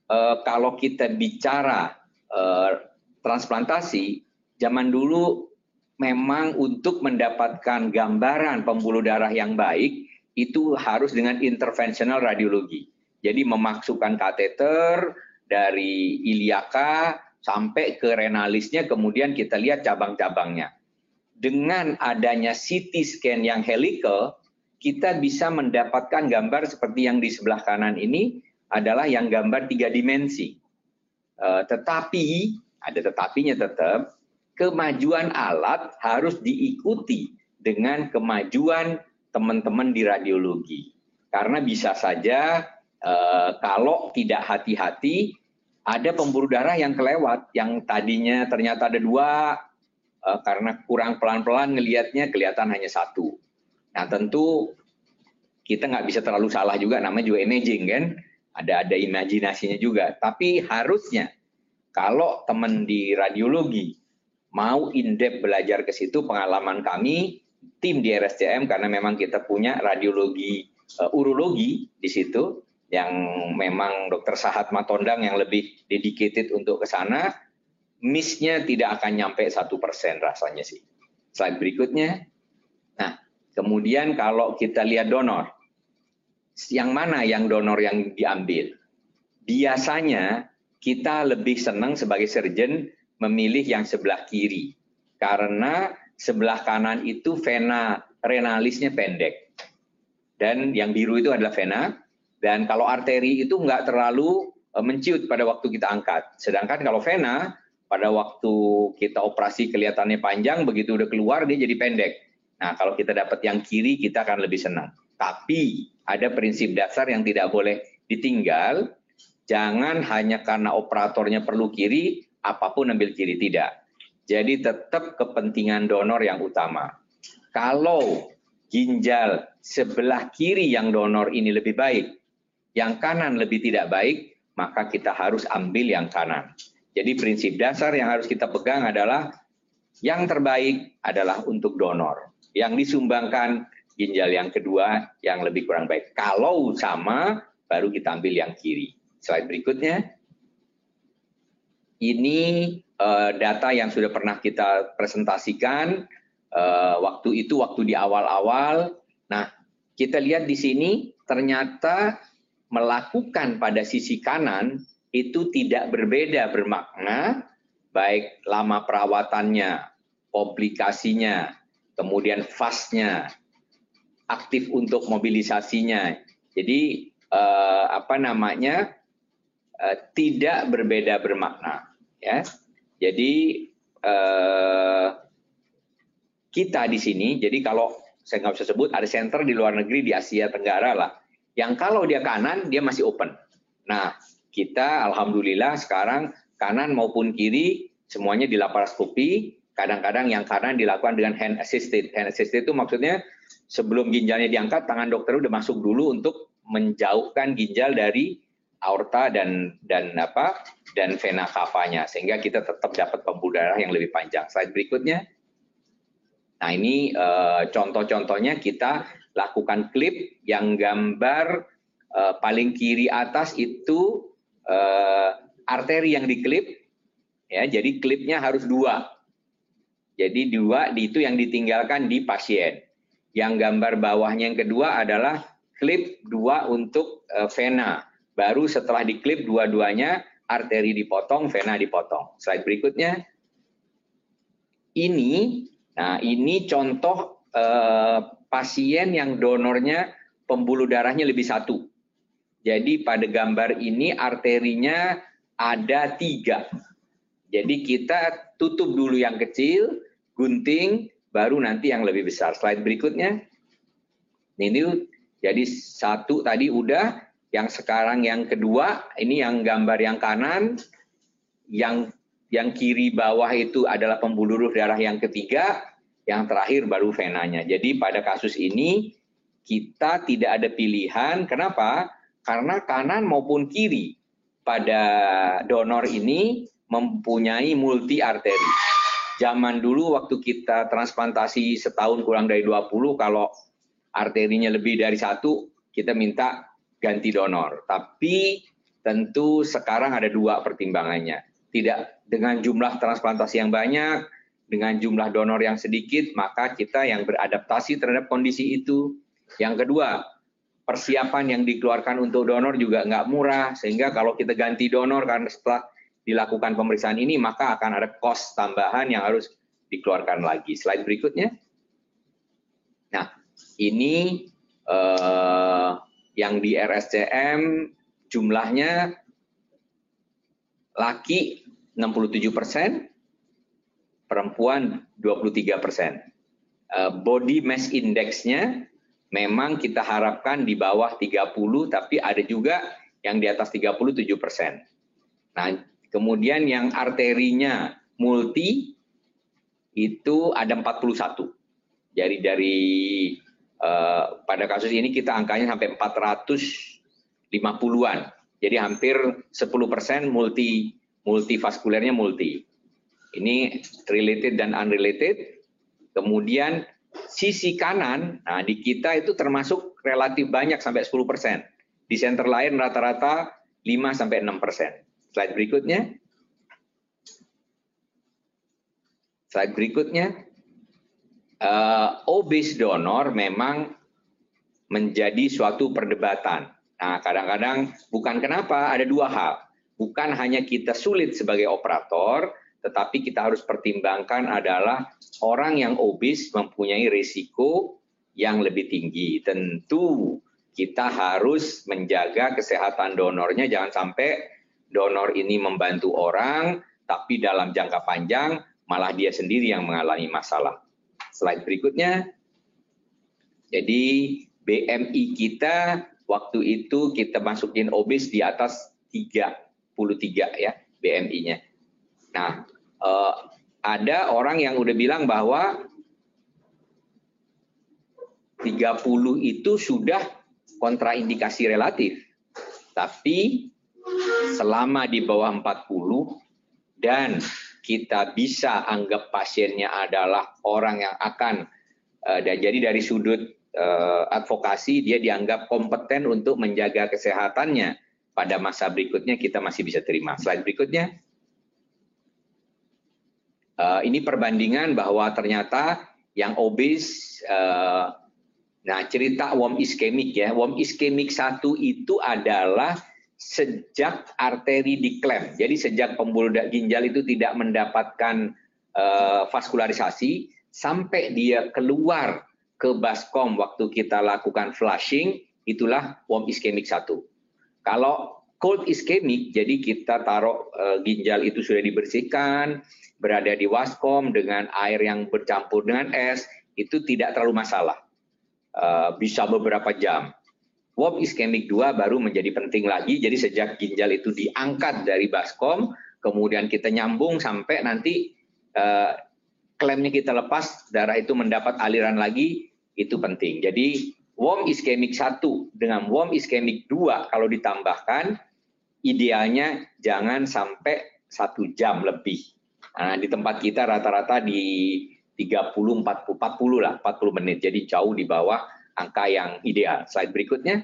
eh, kalau kita bicara eh, transplantasi, zaman dulu memang untuk mendapatkan gambaran pembuluh darah yang baik, itu harus dengan interventional radiologi. Jadi memasukkan kateter dari iliaka sampai ke renalisnya, kemudian kita lihat cabang-cabangnya. Dengan adanya C T scan yang helical, kita bisa mendapatkan gambar seperti yang di sebelah kanan ini adalah yang gambar tiga dimensi. Uh, tetapi, ada tetapinya tetap, kemajuan alat harus diikuti dengan kemajuan teman-teman di radiologi. Karena bisa saja uh, kalau tidak hati-hati, ada pembuluh darah yang kelewat, yang tadinya ternyata ada dua, uh, karena kurang pelan-pelan ngelihatnya kelihatan hanya satu. Nah tentu kita nggak bisa terlalu salah juga, namanya juga imaging kan, ada ada imajinasinya juga. Tapi harusnya kalau teman di radiologi mau in-depth belajar ke situ, pengalaman kami, tim di R S C M, karena memang kita punya radiologi uh, urologi di situ, yang memang dokter Sahat Matondang yang lebih dedicated untuk ke sana, miss-nya tidak akan nyampe satu persen rasanya sih. Slide berikutnya. Nah, kemudian kalau kita lihat donor, yang mana yang donor yang diambil? Biasanya kita lebih senang sebagai surgeon memilih yang sebelah kiri, karena sebelah kanan itu vena renalisnya pendek, dan yang biru itu adalah vena, dan kalau arteri itu nggak terlalu menciut pada waktu kita angkat, sedangkan kalau vena pada waktu kita operasi kelihatannya panjang, begitu udah keluar dia jadi pendek. Nah kalau kita dapat yang kiri kita akan lebih senang, tapi ada prinsip dasar yang tidak boleh ditinggal, jangan hanya karena operatornya perlu kiri, apapun ambil kiri, tidak. Jadi tetap kepentingan donor yang utama. Kalau ginjal sebelah kiri yang donor ini lebih baik, yang kanan lebih tidak baik, maka kita harus ambil yang kanan. Jadi prinsip dasar yang harus kita pegang adalah yang terbaik adalah untuk donor. Yang disumbangkan ginjal yang kedua yang lebih kurang baik. Kalau sama, baru kita ambil yang kiri. Slide berikutnya. Ini uh, data yang sudah pernah kita presentasikan uh, waktu itu, waktu di awal-awal. Nah, kita lihat di sini ternyata melakukan pada sisi kanan itu tidak berbeda bermakna, baik lama perawatannya, komplikasinya, kemudian fastnya, aktif untuk mobilisasinya. Jadi eh, apa namanya eh, tidak berbeda bermakna, ya. Jadi eh, kita di sini, jadi kalau saya nggak bisa sebut, ada center di luar negeri di Asia Tenggara lah, yang kalau dia kanan dia masih open. Nah kita alhamdulillah sekarang kanan maupun kiri semuanya di laparoskopi. Kadang-kadang yang kanan dilakukan dengan hand assisted. Hand assisted itu maksudnya sebelum ginjalnya diangkat, tangan dokter udah masuk dulu untuk menjauhkan ginjal dari aorta dan dan apa dan vena cavanya, sehingga kita tetap dapat pembuluh darah yang lebih panjang. Slide berikutnya. Nah ini uh, contoh-contohnya kita lakukan klip yang gambar uh, paling kiri atas itu uh, arteri yang diklip, ya. Jadi klipnya harus dua. Jadi dua itu yang ditinggalkan di pasien. Yang gambar bawahnya yang kedua adalah klip dua untuk uh, vena. Baru setelah diklip dua-duanya, arteri dipotong, vena dipotong. Slide berikutnya. Ini, nah ini contoh uh, pasien yang donornya pembuluh darahnya lebih satu. Jadi pada gambar ini arterinya ada tiga. Jadi kita tutup dulu yang kecil, gunting, baru nanti yang lebih besar. Slide berikutnya. Ini jadi satu tadi udah, yang sekarang yang kedua, ini yang gambar yang kanan, yang yang kiri bawah itu adalah pembuluh darah yang ketiga, yang terakhir baru venanya. Jadi pada kasus ini kita tidak ada pilihan. Kenapa? Karena kanan maupun kiri pada donor ini mempunyai multi arteri. Zaman dulu waktu kita transplantasi setahun kurang dari dua puluh, kalau arterinya lebih dari satu, kita minta ganti donor. Tapi tentu sekarang ada dua pertimbangannya. Tidak dengan jumlah transplantasi yang banyak, dengan jumlah donor yang sedikit, maka kita yang beradaptasi terhadap kondisi itu. Yang kedua, persiapan yang dikeluarkan untuk donor juga nggak murah, sehingga kalau kita ganti donor karena setelah dilakukan pemeriksaan ini, maka akan ada cost tambahan yang harus dikeluarkan lagi. Slide berikutnya. Nah, ini eh, yang di R S C M jumlahnya laki enam puluh tujuh persen, perempuan dua puluh tiga persen. Uh, body mass index-nya memang kita harapkan di bawah tiga puluh, tapi ada juga yang di atas tiga puluh tujuh persen. Nah, kemudian yang arterinya multi itu ada empat puluh satu. Jadi dari uh, pada kasus ini kita angkanya sampai empat ratus lima puluhan. Jadi hampir sepuluh persen multi multivaskulernya multi. Ini related dan unrelated. Kemudian sisi kanan, nah di kita itu termasuk relatif banyak sampai sepuluh persen. Di center lain rata-rata lima sampai enam persen. Slide berikutnya. Slide berikutnya. Uh, obese donor memang menjadi suatu perdebatan. Nah, kadang-kadang bukan kenapa, ada dua hal. Bukan hanya kita sulit sebagai operator, tetapi kita harus pertimbangkan adalah orang yang obes mempunyai risiko yang lebih tinggi. Tentu kita harus menjaga kesehatan donornya, jangan sampai donor ini membantu orang, tapi dalam jangka panjang malah dia sendiri yang mengalami masalah. Slide berikutnya. Jadi B M I kita waktu itu kita masukin obes di atas tiga puluh tiga ya B M I-nya. Nah, eh, ada orang yang udah bilang bahwa tiga puluh itu sudah kontraindikasi relatif. Tapi selama di bawah empat puluh dan kita bisa anggap pasiennya adalah orang yang akan eh, dan jadi dari sudut eh, advokasi dia dianggap kompeten untuk menjaga kesehatannya. Pada masa berikutnya kita masih bisa terima. Slide berikutnya. Uh, ini perbandingan bahwa ternyata yang obes, uh, nah cerita warm ischemic ya, warm ischemic satu itu adalah sejak arteri diklem. Jadi sejak pembuluh ginjal itu tidak mendapatkan uh, vaskularisasi, sampai dia keluar ke baskom waktu kita lakukan flushing, itulah warm ischemic satu. Kalau cold ischemic, jadi kita taruh uh, ginjal itu sudah dibersihkan, berada di waskom dengan air yang bercampur dengan es, itu tidak terlalu masalah. Uh, bisa beberapa jam. Warm ischemic dua baru menjadi penting lagi, jadi sejak ginjal itu diangkat dari baskom, kemudian kita nyambung sampai nanti uh, klemnya kita lepas, darah itu mendapat aliran lagi, itu penting. Jadi warm ischemic satu dengan warm ischemic dua kalau ditambahkan, idealnya jangan sampai satu jam lebih. Nah, di tempat kita rata-rata di tiga puluh, empat puluh, empat puluh lah, empat puluh menit. Jadi jauh di bawah angka yang ideal. Slide berikutnya.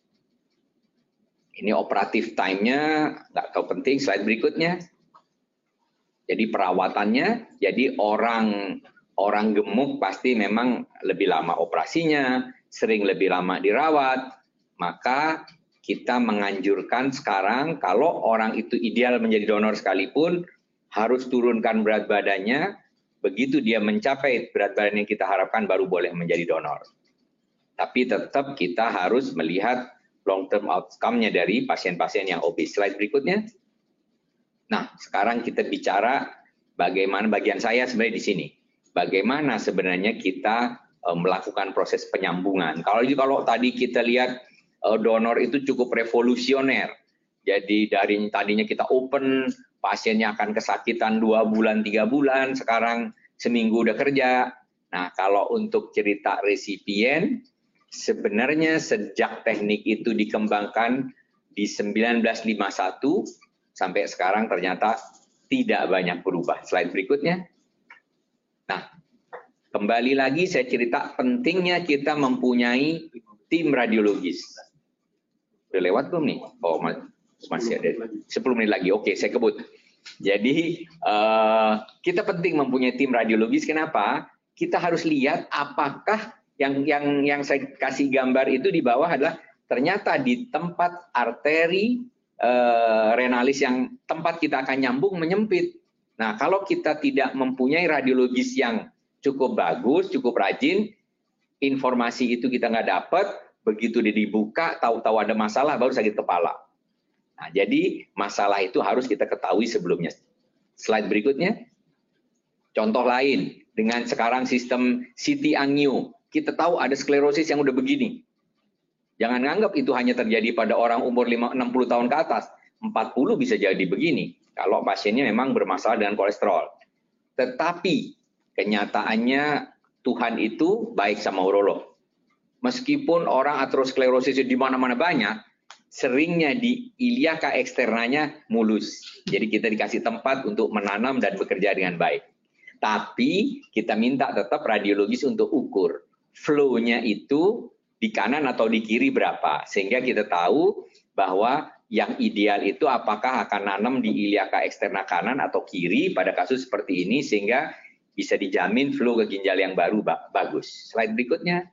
Ini operatif time-nya, nggak tahu penting. Slide berikutnya. Jadi perawatannya, jadi orang orang gemuk pasti memang lebih lama operasinya, sering lebih lama dirawat, maka kita menganjurkan sekarang kalau orang itu ideal menjadi donor sekalipun, harus turunkan berat badannya, begitu dia mencapai berat badan yang kita harapkan baru boleh menjadi donor. Tapi tetap kita harus melihat long term outcome-nya dari pasien-pasien yang obes. Slide berikutnya. Nah, sekarang kita bicara bagaimana bagian saya sebenarnya di sini. Bagaimana sebenarnya kita melakukan proses penyambungan. Kalau kalau tadi kita lihat donor itu cukup revolusioner. Jadi dari tadinya kita open, pasiennya akan kesakitan dua bulan, tiga bulan, sekarang seminggu udah kerja. Nah, kalau untuk cerita resipien, sebenarnya sejak teknik itu dikembangkan di seribu sembilan ratus lima puluh satu sampai sekarang ternyata tidak banyak berubah. Slide berikutnya. Nah, kembali lagi saya cerita pentingnya kita mempunyai tim radiologis. Udah lewat belum nih? Oh, Masih ada sepuluh menit lagi. Oke, saya kebut. Jadi uh, kita penting mempunyai tim radiologis. Kenapa? Kita harus lihat apakah yang yang yang saya kasih gambar itu di bawah adalah ternyata di tempat arteri uh, renalis yang tempat kita akan nyambung menyempit. Nah, kalau kita tidak mempunyai radiologis yang cukup bagus, cukup rajin, informasi itu kita nggak dapat, begitu dia dibuka, tahu-tahu ada masalah, baru sakit kepala. Nah, jadi masalah itu harus kita ketahui sebelumnya. Slide berikutnya. Contoh lain, dengan sekarang sistem C T angio, kita tahu ada sklerosis yang udah begini. Jangan nganggap itu hanya terjadi pada orang umur enam puluh tahun ke atas. empat puluh bisa jadi begini, kalau pasiennya memang bermasalah dengan kolesterol. Tetapi kenyataannya Tuhan itu baik sama urolog. Meskipun orang aterosklerosis di mana-mana banyak, seringnya di iliaka eksternanya mulus. Jadi kita dikasih tempat untuk menanam dan bekerja dengan baik. Tapi kita minta tetap radiologis untuk ukur flow-nya itu di kanan atau di kiri berapa. Sehingga kita tahu bahwa yang ideal itu apakah akan nanam di iliaka eksterna kanan atau kiri pada kasus seperti ini, sehingga bisa dijamin flow ke ginjal yang baru bagus. Slide berikutnya.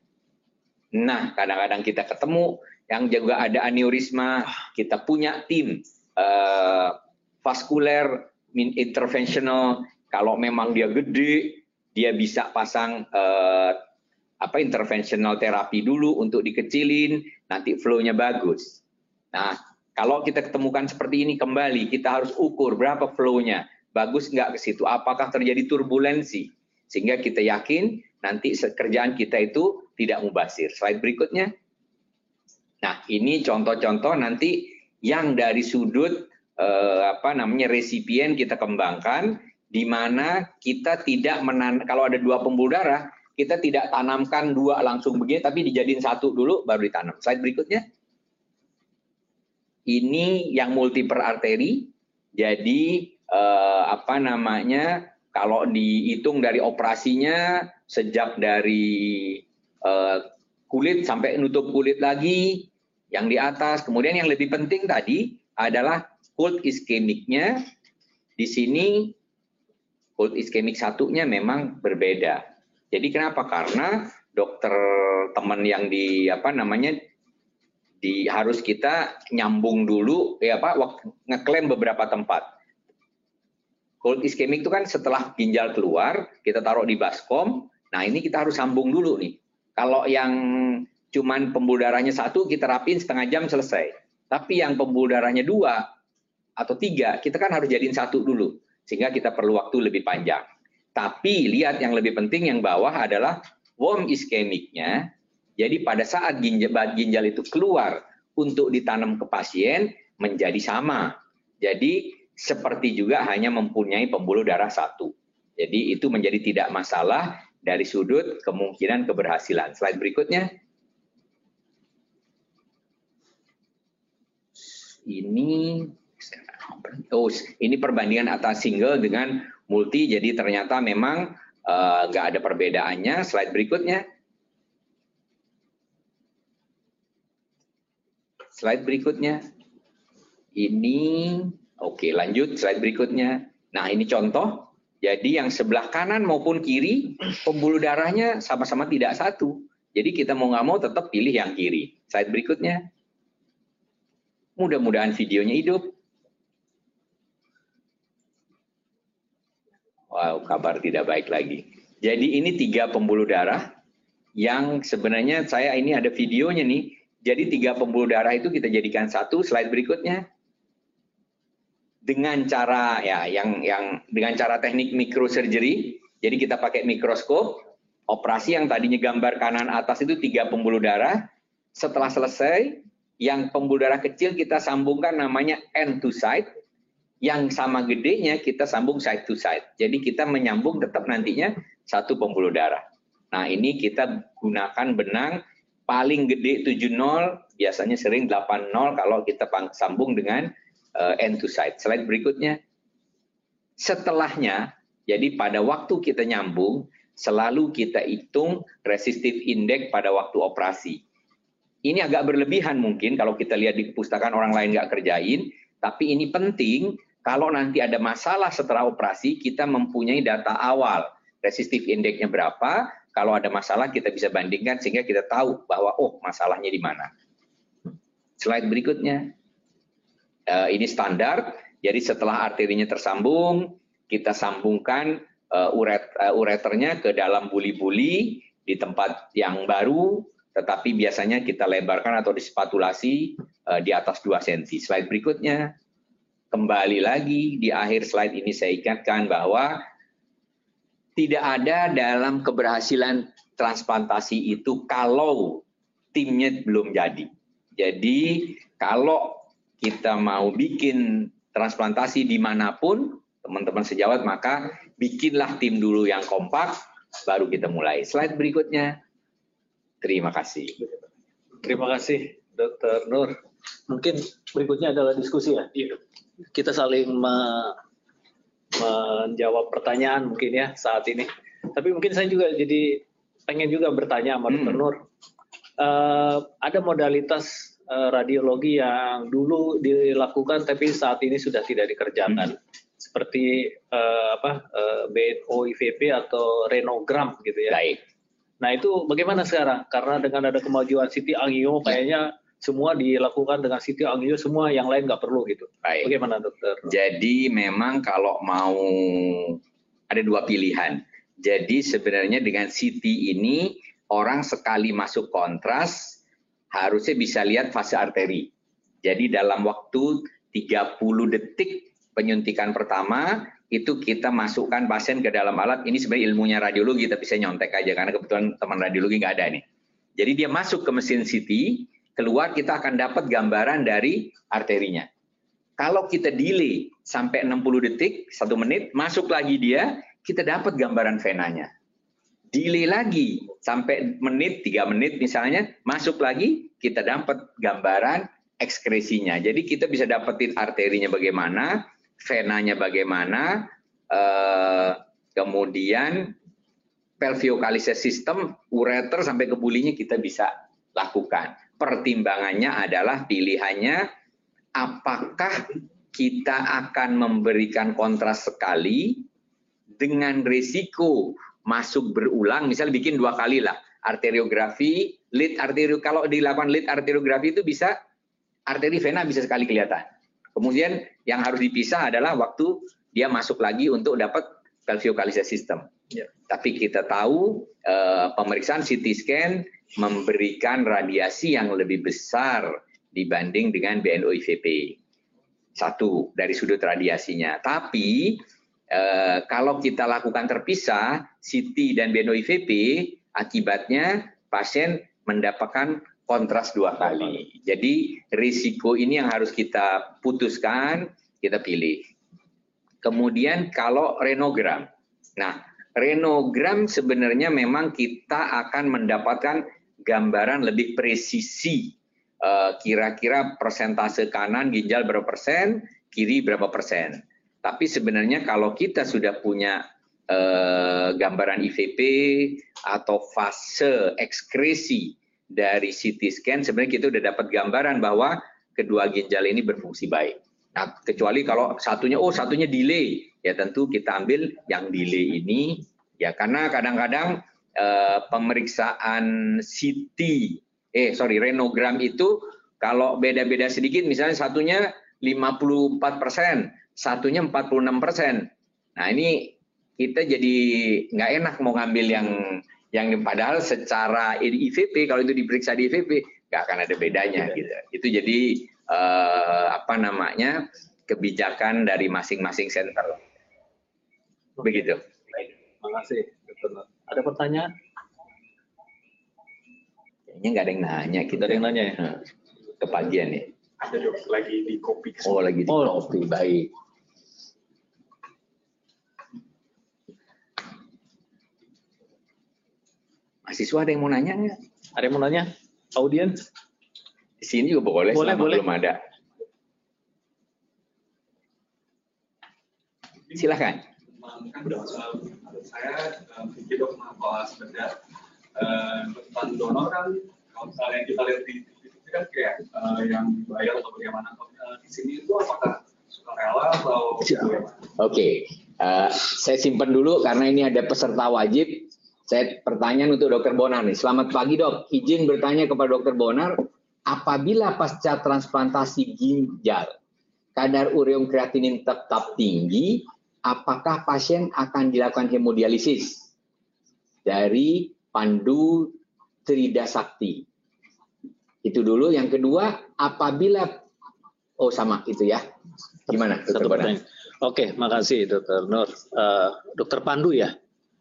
Nah, kadang-kadang kita ketemu yang juga ada aneurisma, kita punya tim uh, vaskuler interventional. Kalau memang dia gede, dia bisa pasang uh, apa interventional terapi dulu untuk dikecilin, nanti flow-nya bagus. Nah, kalau kita ketemukan seperti ini kembali, kita harus ukur berapa flow-nya, bagus nggak ke situ, apakah terjadi turbulensi, sehingga kita yakin nanti kerjaan kita itu tidak mubazir. Slide berikutnya. Nah, ini contoh-contoh nanti yang dari sudut eh, apa namanya resipien kita kembangkan, di mana kita tidak menan kalau ada dua pembuluh darah, kita tidak tanamkan dua langsung begini, tapi dijadiin satu dulu baru ditanam. Slide berikutnya. Ini yang multiple arteri. Jadi eh, apa namanya? Kalau dihitung dari operasinya sejak dari eh, kulit sampai nutup kulit lagi, yang di atas. Kemudian yang lebih penting tadi adalah cold ischemicnya. Di sini cold ischemic satunya memang berbeda. Jadi kenapa? Karena dokter teman yang di apa namanya di harus kita nyambung dulu ya Pak, waktu ngeklaim beberapa tempat. Cold ischemic itu kan setelah ginjal keluar, kita taruh di baskom. Nah, ini kita harus sambung dulu nih. Kalau yang cuman pembuluh darahnya satu, kita rapiin setengah jam selesai. Tapi yang pembuluh darahnya dua atau tiga, kita kan harus jadiin satu dulu. Sehingga kita perlu waktu lebih panjang. Tapi lihat yang lebih penting yang bawah adalah warm ischemicnya. Jadi pada saat ginjal, ginjal itu keluar untuk ditanam ke pasien, menjadi sama. Jadi seperti juga hanya mempunyai pembuluh darah satu. Jadi itu menjadi tidak masalah dari sudut kemungkinan keberhasilan. Slide berikutnya. Ini oh, ini perbandingan atas single dengan multi, jadi ternyata memang nggak uh, ada perbedaannya. Slide berikutnya. Slide berikutnya. Ini oke, lanjut slide berikutnya. Nah, ini contoh. Jadi yang sebelah kanan maupun kiri pembuluh darahnya sama-sama tidak satu. Jadi kita mau nggak mau tetap pilih yang kiri. Slide berikutnya. Mudah-mudahan videonya hidup. Wow, kabar tidak baik lagi. Jadi ini tiga pembuluh darah yang sebenarnya saya ini ada videonya nih. Jadi tiga pembuluh darah itu kita jadikan satu. Slide berikutnya. Dengan cara ya yang yang dengan cara teknik microsurgery. Jadi kita pakai mikroskop. Operasi yang tadinya gambar kanan atas itu tiga pembuluh darah. Setelah selesai, yang pembuluh darah kecil kita sambungkan namanya end to side. Yang sama gedenya kita sambung side to side. Jadi kita menyambung tetap nantinya satu pembuluh darah. Nah, ini kita gunakan benang paling gede tujuh nol, biasanya sering delapan nol kalau kita sambung dengan uh, end to side. Slide berikutnya. Setelahnya, jadi pada waktu kita nyambung, selalu kita hitung resistive index pada waktu operasi. Ini agak berlebihan mungkin kalau kita lihat di perpustakaan orang lain nggak kerjain, tapi ini penting kalau nanti ada masalah setelah operasi, kita mempunyai data awal. Resistive index-nya berapa, kalau ada masalah kita bisa bandingkan sehingga kita tahu bahwa oh masalahnya di mana. Slide berikutnya. Uh, ini standar, jadi setelah arterinya tersambung, kita sambungkan uh, uret, uh, ureternya ke dalam buli-buli di tempat yang baru, tetapi biasanya kita lebarkan atau dispatulasi uh, di atas dua sentimeter. Slide berikutnya, kembali lagi di akhir slide ini saya ingatkan bahwa tidak ada dalam keberhasilan transplantasi itu kalau timnya belum jadi. Jadi kalau kita mau bikin transplantasi dimanapun, teman-teman sejawat, maka bikinlah tim dulu yang kompak, baru kita mulai. Slide berikutnya. Terima kasih. Terima kasih, Dokter Nur. Mungkin berikutnya adalah diskusi ya. Kita saling me menjawab pertanyaan mungkin ya saat ini. Tapi mungkin saya juga jadi pengen juga bertanya sama hmm. Dokter Nur. Uh, ada modalitas uh, radiologi yang dulu dilakukan tapi saat ini sudah tidak dikerjakan. Hmm. Seperti uh, apa uh, B N O I V P atau renogram gitu ya. Baik. Nah itu bagaimana sekarang? Karena dengan ada kemajuan C T angio kayaknya semua dilakukan dengan C T angio, semua yang lain nggak perlu gitu. Baik. Bagaimana dokter? Jadi memang kalau mau ada dua pilihan. Jadi sebenarnya dengan C T ini orang sekali masuk kontras harusnya bisa lihat fase arteri. Jadi dalam waktu tiga puluh detik penyuntikan pertama itu kita masukkan pasien ke dalam alat. Ini sebenarnya ilmunya radiologi, tapi saya nyontek aja karena kebetulan teman radiologi nggak ada nih. Jadi dia masuk ke mesin C T, keluar kita akan dapat gambaran dari arterinya. Kalau kita delay sampai enam puluh detik, satu menit, masuk lagi dia, kita dapat gambaran venanya. Delay lagi sampai menit, tiga menit misalnya, masuk lagi, kita dapat gambaran ekskresinya. Jadi kita bisa dapetin arterinya bagaimana, venanya bagaimana, eh, kemudian pelviokalisia sistem, ureter sampai ke bulinya kita bisa lakukan. Pertimbangannya adalah pilihannya apakah kita akan memberikan kontras sekali dengan risiko masuk berulang, misalnya bikin dua kali lah arteriografi, lead arterio, kalau dilakukan lead arteriografi itu bisa arteri vena bisa sekali kelihatan. Kemudian yang harus dipisah adalah waktu dia masuk lagi untuk dapat pelviokalisia sistem. Ya. Tapi kita tahu eh, pemeriksaan C T scan memberikan radiasi yang lebih besar dibanding dengan B N O I V P. Satu, dari sudut radiasinya. Tapi eh, kalau kita lakukan terpisah, C T dan B N O I V P, akibatnya pasien mendapatkan kontras dua kali. Jadi risiko ini yang harus kita putuskan, kita pilih. Kemudian kalau renogram. Nah, renogram sebenarnya memang kita akan mendapatkan gambaran lebih presisi. Kira-kira persentase kanan ginjal berapa persen, kiri berapa persen. Tapi sebenarnya kalau kita sudah punya eh, gambaran I V P atau fase ekskresi dari C T scan, sebenarnya kita udah dapat gambaran bahwa kedua ginjal ini berfungsi baik. Nah, kecuali kalau satunya, oh satunya delay, ya tentu kita ambil yang delay ini, ya karena kadang-kadang eh, pemeriksaan C T, eh sorry renogram itu kalau beda-beda sedikit, misalnya satunya lima puluh empat persen, satunya empat puluh enam persen. Nah ini kita jadi nggak enak mau ngambil yang yang padahal secara I V P kalau itu diperiksa di I V P nggak akan ada bedanya gitu. Itu jadi eh, apa namanya kebijakan dari masing-masing center. Begitu. Baik, terima kasih. Ada pertanyaan? Kayaknya nggak ada yang nanya. Kita ada yang nanya ya. Kepagian nih. Ada dok, lagi di kopi. Oh lagi di oh. kopi, baik. Mahasiswa ada yang mau nanya nggak? Ada yang mau nanya? Audiens? Di sini juga boleh, boleh selama boleh. belum ada. Silakan. Saya pikir dok maaf sebentar tentang donor kan kalau misalnya kita lihat di T V itu kan kayak uh, yang dibayar atau bagaimana, kalau uh, di sini itu apakah sukarela atau bagaimana? Oke, okay. uh, saya simpan dulu karena ini ada peserta wajib. Saya pertanyaan untuk Dokter Bonar nih. Selamat pagi dok, izin bertanya kepada Dokter Bonar, apabila pasca transplantasi ginjal kadar ureum kreatinin tetap tinggi, apakah pasien akan dilakukan hemodialisis? Dari Pandu Tridasakti. Itu dulu. Yang kedua, apabila oh sama itu ya. Gimana Dokter Bonar? Oke, makasih Dokter Nur. Uh, Dokter Pandu ya.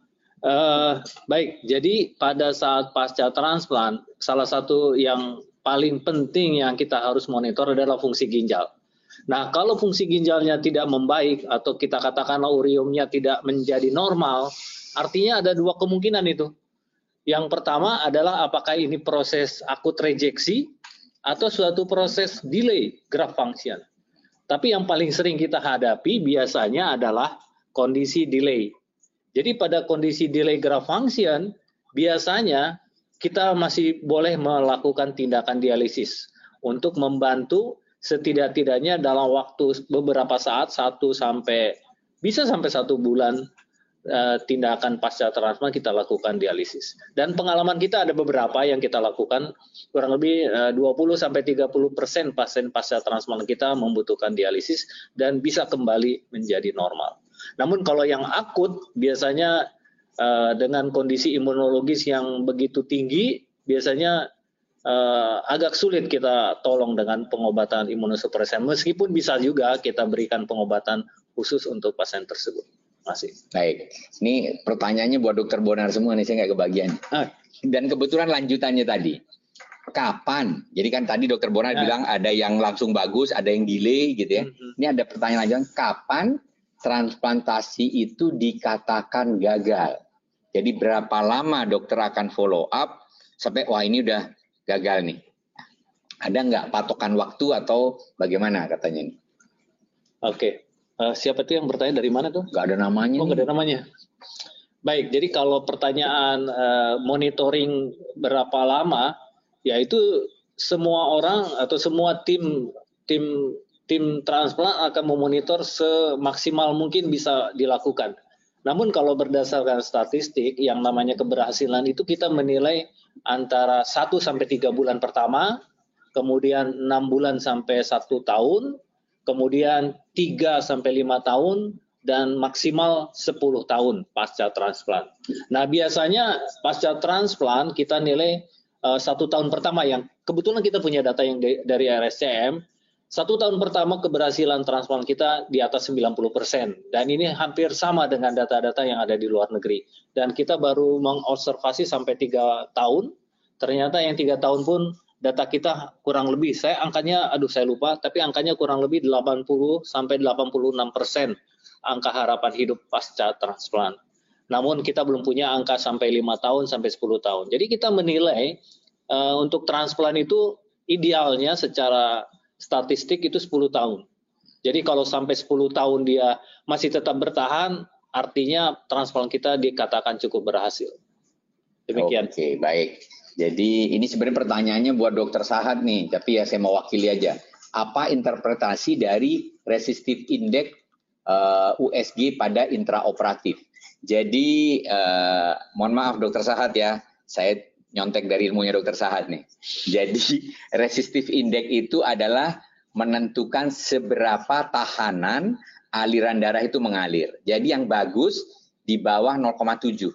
Uh, baik, jadi pada saat pasca transplant, salah satu yang paling penting yang kita harus monitor adalah fungsi ginjal. Nah, kalau fungsi ginjalnya tidak membaik atau kita katakanlah ureumnya tidak menjadi normal, artinya ada dua kemungkinan itu. Yang pertama adalah apakah ini proses akut rejeksi atau suatu proses delay graft function. Tapi yang paling sering kita hadapi biasanya adalah kondisi delay. Jadi pada kondisi delay graft function, biasanya kita masih boleh melakukan tindakan dialisis untuk membantu setidak-tidaknya dalam waktu beberapa saat, satu sampai bisa sampai satu bulan eh, tindakan pasca transplant kita lakukan dialisis. Dan pengalaman kita ada beberapa yang kita lakukan, kurang lebih eh, dua puluh sampai tiga puluh persen pasien pasca transplant kita membutuhkan dialisis dan bisa kembali menjadi normal. Namun kalau yang akut biasanya uh, dengan kondisi imunologis yang begitu tinggi, biasanya uh, agak sulit kita tolong dengan pengobatan imunosupresan. Meskipun bisa juga kita berikan pengobatan khusus untuk pasien tersebut. Masih. Baik, ini pertanyaannya buat Dokter Bonar semua nih, saya nggak kebagian. Ah. Dan kebetulan lanjutannya tadi. Kapan? Jadi kan tadi Dokter Bonar ya. bilang ada yang langsung bagus, ada yang delay gitu ya. Mm-hmm. Ini ada pertanyaan lanjutan, kapan transplantasi itu dikatakan gagal? Jadi berapa lama dokter akan follow up sampai wah ini udah gagal nih? Ada nggak patokan waktu atau bagaimana katanya nih? Oke, uh, siapa tuh yang bertanya dari mana tuh? Nggak ada namanya. Oh nggak ada namanya. Baik, jadi kalau pertanyaan uh, monitoring berapa lama, ya itu semua orang atau semua tim tim Tim transplant akan memonitor semaksimal mungkin bisa dilakukan. Namun kalau berdasarkan statistik yang namanya keberhasilan itu kita menilai antara satu sampai tiga bulan pertama, kemudian enam bulan sampai satu tahun, kemudian tiga sampai lima tahun, dan maksimal sepuluh tahun pasca transplant. Nah biasanya pasca transplant kita nilai uh, satu tahun pertama yang kebetulan kita punya data yang dari R S C M, Satu tahun pertama keberhasilan transplant kita di atas sembilan puluh persen. Dan ini hampir sama dengan data-data yang ada di luar negeri. Dan kita baru mengobservasi sampai tiga tahun. Ternyata yang tiga tahun pun data kita kurang lebih. Saya angkanya, aduh saya lupa, tapi angkanya kurang lebih delapan puluh sampai delapan puluh enam persen angka harapan hidup pasca transplant. Namun kita belum punya angka sampai lima tahun sampai sepuluh tahun. Jadi kita menilai uh, untuk transplant itu idealnya secara statistik itu sepuluh tahun. Jadi kalau sampai sepuluh tahun dia masih tetap bertahan, artinya transplant kita dikatakan cukup berhasil. Demikian. Oke, baik. Jadi ini sebenarnya pertanyaannya buat Dokter Sahat nih, tapi ya saya mewakili aja. Apa interpretasi dari resistive index uh, U S G pada intraoperatif? Jadi uh, mohon maaf Dokter Sahat ya, saya nyontek dari ilmunya Dokter Sahat nih. Jadi resistive index itu adalah menentukan seberapa tahanan aliran darah itu mengalir. Jadi yang bagus di bawah nol koma tujuh.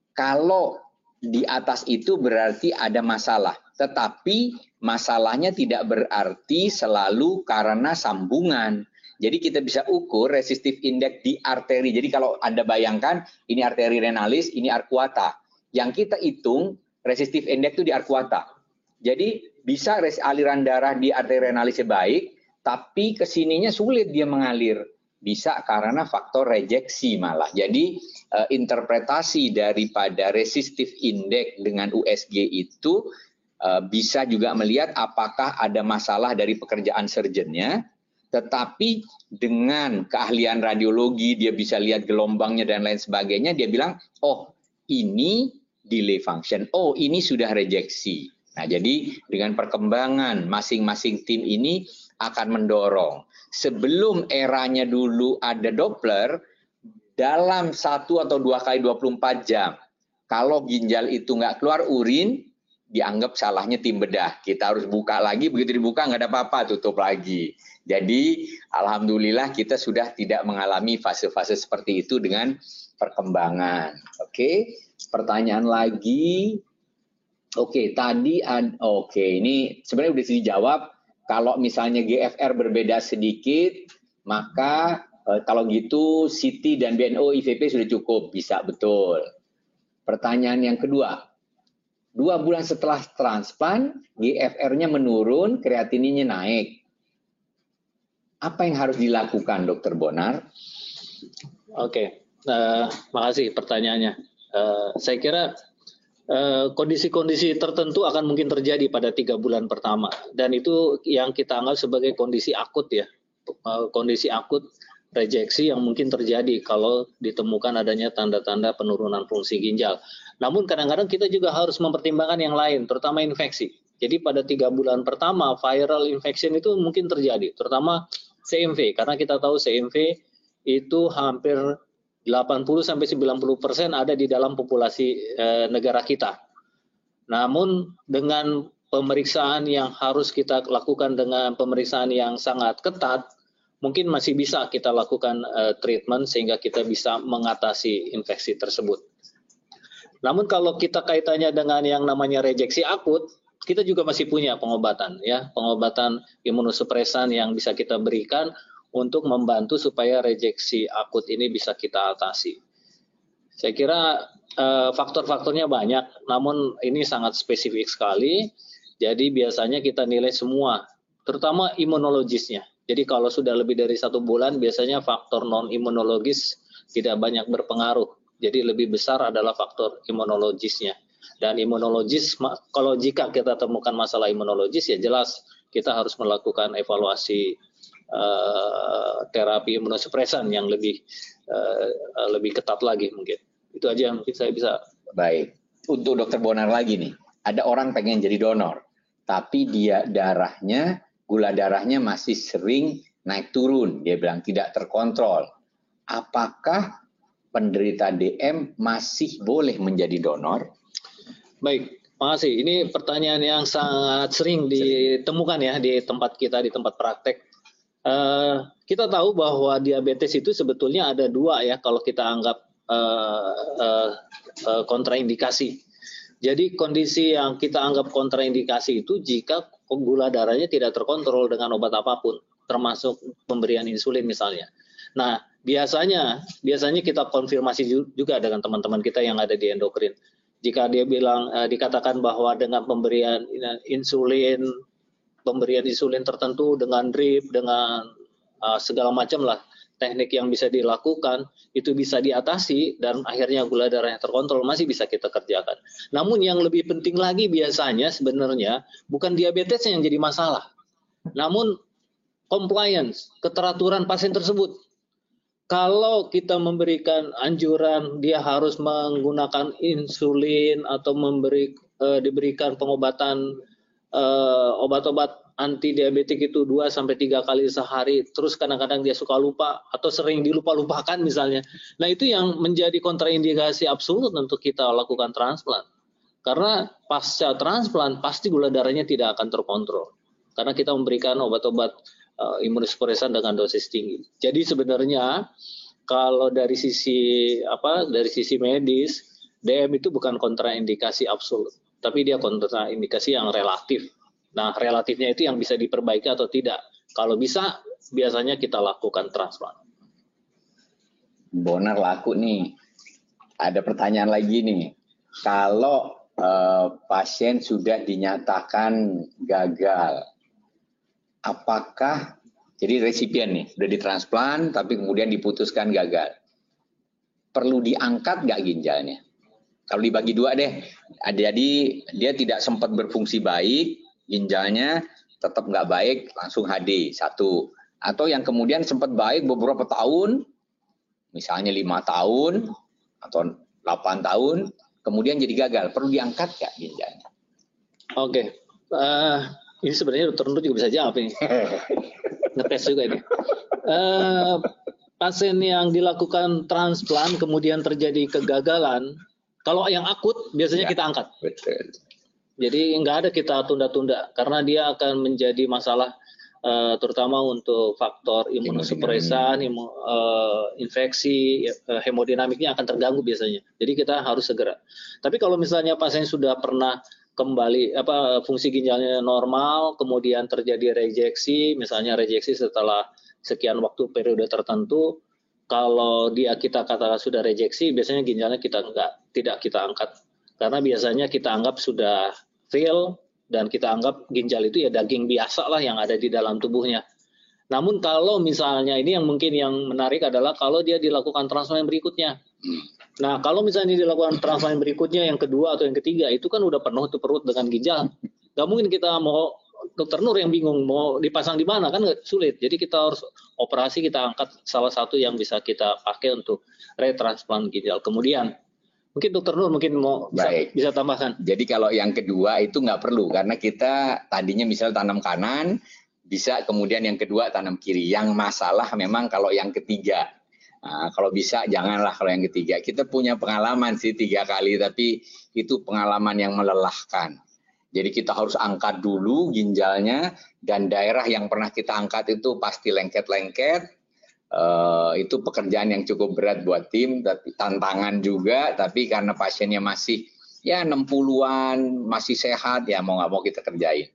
Kalau di atas itu berarti ada masalah. Tetapi masalahnya tidak berarti selalu karena sambungan. Jadi kita bisa ukur resistive index di arteri. Jadi kalau Anda bayangkan ini arteri renalis, ini arcuata. Yang kita hitung resistive index itu di arcuata. Jadi bisa aliran darah di arteri renalisnya baik, tapi kesininya sulit dia mengalir. Bisa karena faktor rejeksi malah. Jadi uh, interpretasi daripada resistive index dengan U S G itu uh, bisa juga melihat apakah ada masalah dari pekerjaan surgeonnya, tetapi dengan keahlian radiologi dia bisa lihat gelombangnya dan lain sebagainya, dia bilang, oh ini delay function. Oh, ini sudah rejeksi. Nah, jadi dengan perkembangan masing-masing tim ini akan mendorong. Sebelum eranya dulu ada Doppler, dalam satu atau dua kali dua puluh empat jam, kalau ginjal itu nggak keluar urin, dianggap salahnya tim bedah. Kita harus buka lagi, begitu dibuka nggak ada apa-apa, tutup lagi. Jadi, alhamdulillah kita sudah tidak mengalami fase-fase seperti itu dengan perkembangan. Oke, pertanyaan lagi. Oke, tadi ada, oke, ini sebenarnya sudah dijawab. Kalau misalnya G F R berbeda sedikit, maka eh, kalau gitu C T dan B N O I V P sudah cukup, bisa, betul. Pertanyaan yang kedua, dua bulan setelah transplant, G F R-nya menurun, kreatininnya naik. Apa yang harus dilakukan, Dokter Bonar? Oke, uh, makasih pertanyaannya. Uh, saya kira kondisi-kondisi uh, tertentu akan mungkin terjadi pada tiga bulan pertama, dan itu yang kita anggap sebagai kondisi akut ya, uh, kondisi akut rejeksi yang mungkin terjadi kalau ditemukan adanya tanda-tanda penurunan fungsi ginjal. Namun kadang-kadang kita juga harus mempertimbangkan yang lain, terutama infeksi. Jadi pada tiga bulan pertama viral infection itu mungkin terjadi, terutama C M V, karena kita tahu C M V itu hampir delapan puluh sampai sembilan puluh persen ada di dalam populasi eh, negara kita. Namun dengan pemeriksaan yang harus kita lakukan dengan pemeriksaan yang sangat ketat, mungkin masih bisa kita lakukan eh, treatment sehingga kita bisa mengatasi infeksi tersebut. Namun kalau kita kaitannya dengan yang namanya rejeksi akut, kita juga masih punya pengobatan ya, pengobatan imunosupresan yang bisa kita berikan untuk membantu supaya rejeksi akut ini bisa kita atasi. Saya kira eh, faktor-faktornya banyak, namun ini sangat spesifik sekali. Jadi biasanya kita nilai semua, terutama imunologisnya. Jadi kalau sudah lebih dari satu bulan, biasanya faktor non-imunologis tidak banyak berpengaruh. Jadi lebih besar adalah faktor imunologisnya. Dan imunologis, kalau jika kita temukan masalah imunologis, ya jelas kita harus melakukan evaluasi uh, terapi imunosupresan yang lebih uh, lebih ketat lagi mungkin. Itu aja yang saya bisa. Baik. Untuk Dokter Bonar lagi nih, ada orang pengen jadi donor, tapi dia darahnya, gula darahnya masih sering naik turun. Dia bilang tidak terkontrol. Apakah penderita D M masih boleh menjadi donor? Baik, makasih. Ini pertanyaan yang sangat sering ditemukan ya di tempat kita, di tempat praktek. Uh, kita tahu bahwa diabetes itu sebetulnya ada dua ya kalau kita anggap uh, uh, uh, kontraindikasi. Jadi kondisi yang kita anggap kontraindikasi itu jika gula darahnya tidak terkontrol dengan obat apapun, termasuk pemberian insulin misalnya. Nah, biasanya biasanya kita konfirmasi juga dengan teman-teman kita yang ada di endokrin. Jika dia bilang uh, dikatakan bahwa dengan pemberian uh, insulin, pemberian insulin tertentu dengan drip, dengan uh, segala macam lah teknik yang bisa dilakukan, itu bisa diatasi dan akhirnya gula darahnya terkontrol, masih bisa kita kerjakan. Namun yang lebih penting lagi biasanya sebenarnya bukan diabetes yang jadi masalah, namun compliance, keteraturan pasien tersebut. Kalau kita memberikan anjuran dia harus menggunakan insulin atau memberi uh, diberikan pengobatan uh, obat-obat anti diabetik itu dua sampai tiga kali sehari, terus kadang-kadang dia suka lupa atau sering dilupa-lupakan misalnya. Nah, itu yang menjadi kontraindikasi absolut untuk kita lakukan transplant. Karena pasca transplant pasti gula darahnya tidak akan terkontrol. Karena kita memberikan obat-obat Uh, imunosupresan dengan dosis tinggi. Jadi sebenarnya kalau dari sisi apa dari sisi medis D M itu bukan kontraindikasi absolut, tapi dia kontraindikasi yang relatif. Nah, relatifnya itu yang bisa diperbaiki atau tidak. Kalau bisa, biasanya kita lakukan transplant. Bonar laku nih. Ada pertanyaan lagi nih. Kalau uh, pasien sudah dinyatakan gagal, apakah jadi resipien nih sudah ditransplant tapi kemudian diputuskan gagal, perlu diangkat nggak ginjalnya? Kalau dibagi dua deh, jadi dia tidak sempat berfungsi baik, ginjalnya tetap nggak baik, langsung H D satu, atau yang kemudian sempat baik beberapa tahun, misalnya lima tahun atau delapan tahun, kemudian jadi gagal, perlu diangkat nggak ginjalnya? Oke, uh, ini sebenarnya dokter Nur juga bisa jawab ini. Ngetes juga ini. Uh, pasien yang dilakukan transplant kemudian terjadi kegagalan, kalau yang akut biasanya ya, kita angkat. Betul. Jadi nggak ada kita tunda-tunda karena dia akan menjadi masalah uh, terutama untuk faktor imunosupresan, imu, uh, infeksi, uh, hemodinamiknya akan terganggu biasanya. Jadi kita harus segera. Tapi kalau misalnya pasien sudah pernah kembali apa fungsi ginjalnya normal, kemudian terjadi rejeksi, misalnya rejeksi setelah sekian waktu periode tertentu, kalau dia kita katakan sudah rejeksi, biasanya ginjalnya kita enggak tidak kita angkat karena biasanya kita anggap sudah fail dan kita anggap ginjal itu ya daging biasa lah yang ada di dalam tubuhnya. Namun kalau misalnya ini yang mungkin yang menarik adalah kalau dia dilakukan transplant berikutnya. Nah, kalau misalnya dilakukan transplant berikutnya yang kedua atau yang ketiga itu kan udah penuh tuh perut dengan ginjal. Gak mungkin kita mau dokter Nur yang bingung mau dipasang di mana kan sulit. Jadi kita harus operasi kita angkat salah satu yang bisa kita pakai untuk retransplant ginjal. Kemudian mungkin dokter Nur mungkin mau bisa, bisa tambahkan. Jadi kalau yang kedua itu nggak perlu karena kita tadinya misal tanam kanan bisa kemudian yang kedua tanam kiri. Yang masalah memang kalau yang ketiga. Nah, kalau bisa janganlah kalau yang ketiga. Kita punya pengalaman sih tiga kali, tapi itu pengalaman yang melelahkan. Jadi kita harus angkat dulu ginjalnya dan daerah yang pernah kita angkat itu pasti lengket-lengket. Uh, itu pekerjaan yang cukup berat buat tim, tapi tantangan juga. Tapi karena pasiennya masih ya enam puluhan, masih sehat, ya mau nggak mau kita kerjain.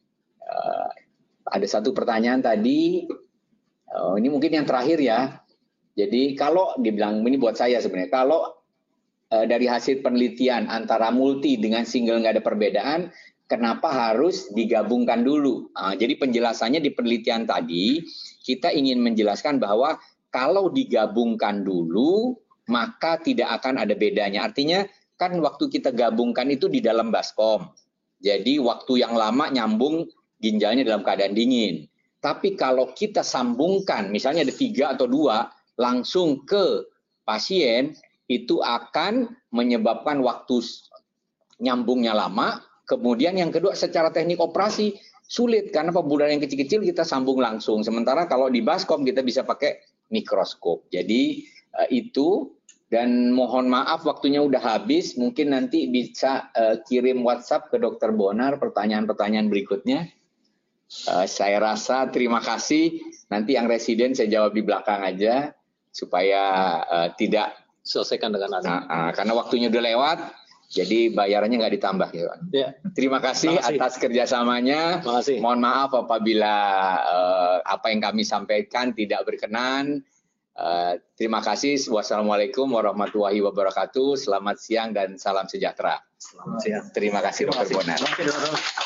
Uh, ada satu pertanyaan tadi, uh, ini mungkin yang terakhir ya. Jadi kalau dibilang ini buat saya sebenarnya, kalau uh, dari hasil penelitian antara multi dengan single nggak ada perbedaan, kenapa harus digabungkan dulu? Uh, jadi penjelasannya di penelitian tadi, kita ingin menjelaskan bahwa kalau digabungkan dulu, maka tidak akan ada bedanya. Artinya kan waktu kita gabungkan itu di dalam baskom. Jadi waktu yang lama nyambung ginjalnya dalam keadaan dingin. Tapi kalau kita sambungkan, misalnya ada tiga atau dua, langsung ke pasien, itu akan menyebabkan waktu nyambungnya lama. Kemudian yang kedua secara teknik operasi sulit karena pembuluhan yang kecil-kecil kita sambung langsung. Sementara kalau di baskom kita bisa pakai mikroskop. Jadi uh, itu dan mohon maaf waktunya udah habis. Mungkin nanti bisa uh, kirim WhatsApp ke dokter Bonar pertanyaan-pertanyaan berikutnya. Uh, saya rasa terima kasih. Nanti yang residen saya jawab di belakang aja supaya uh, tidak selesaikan dengan adil. Uh, uh, karena waktunya udah lewat. Jadi bayarannya nggak ditambah ya, Pak. Ya. Terima kasih Makasih. atas kerjasamanya. Makasih. Mohon maaf apabila uh, apa yang kami sampaikan tidak berkenan. Uh, terima kasih. Wassalamualaikum warahmatullahi wabarakatuh. Selamat siang dan salam sejahtera. Selamat siang. Terima kasih, Dokter Bonar.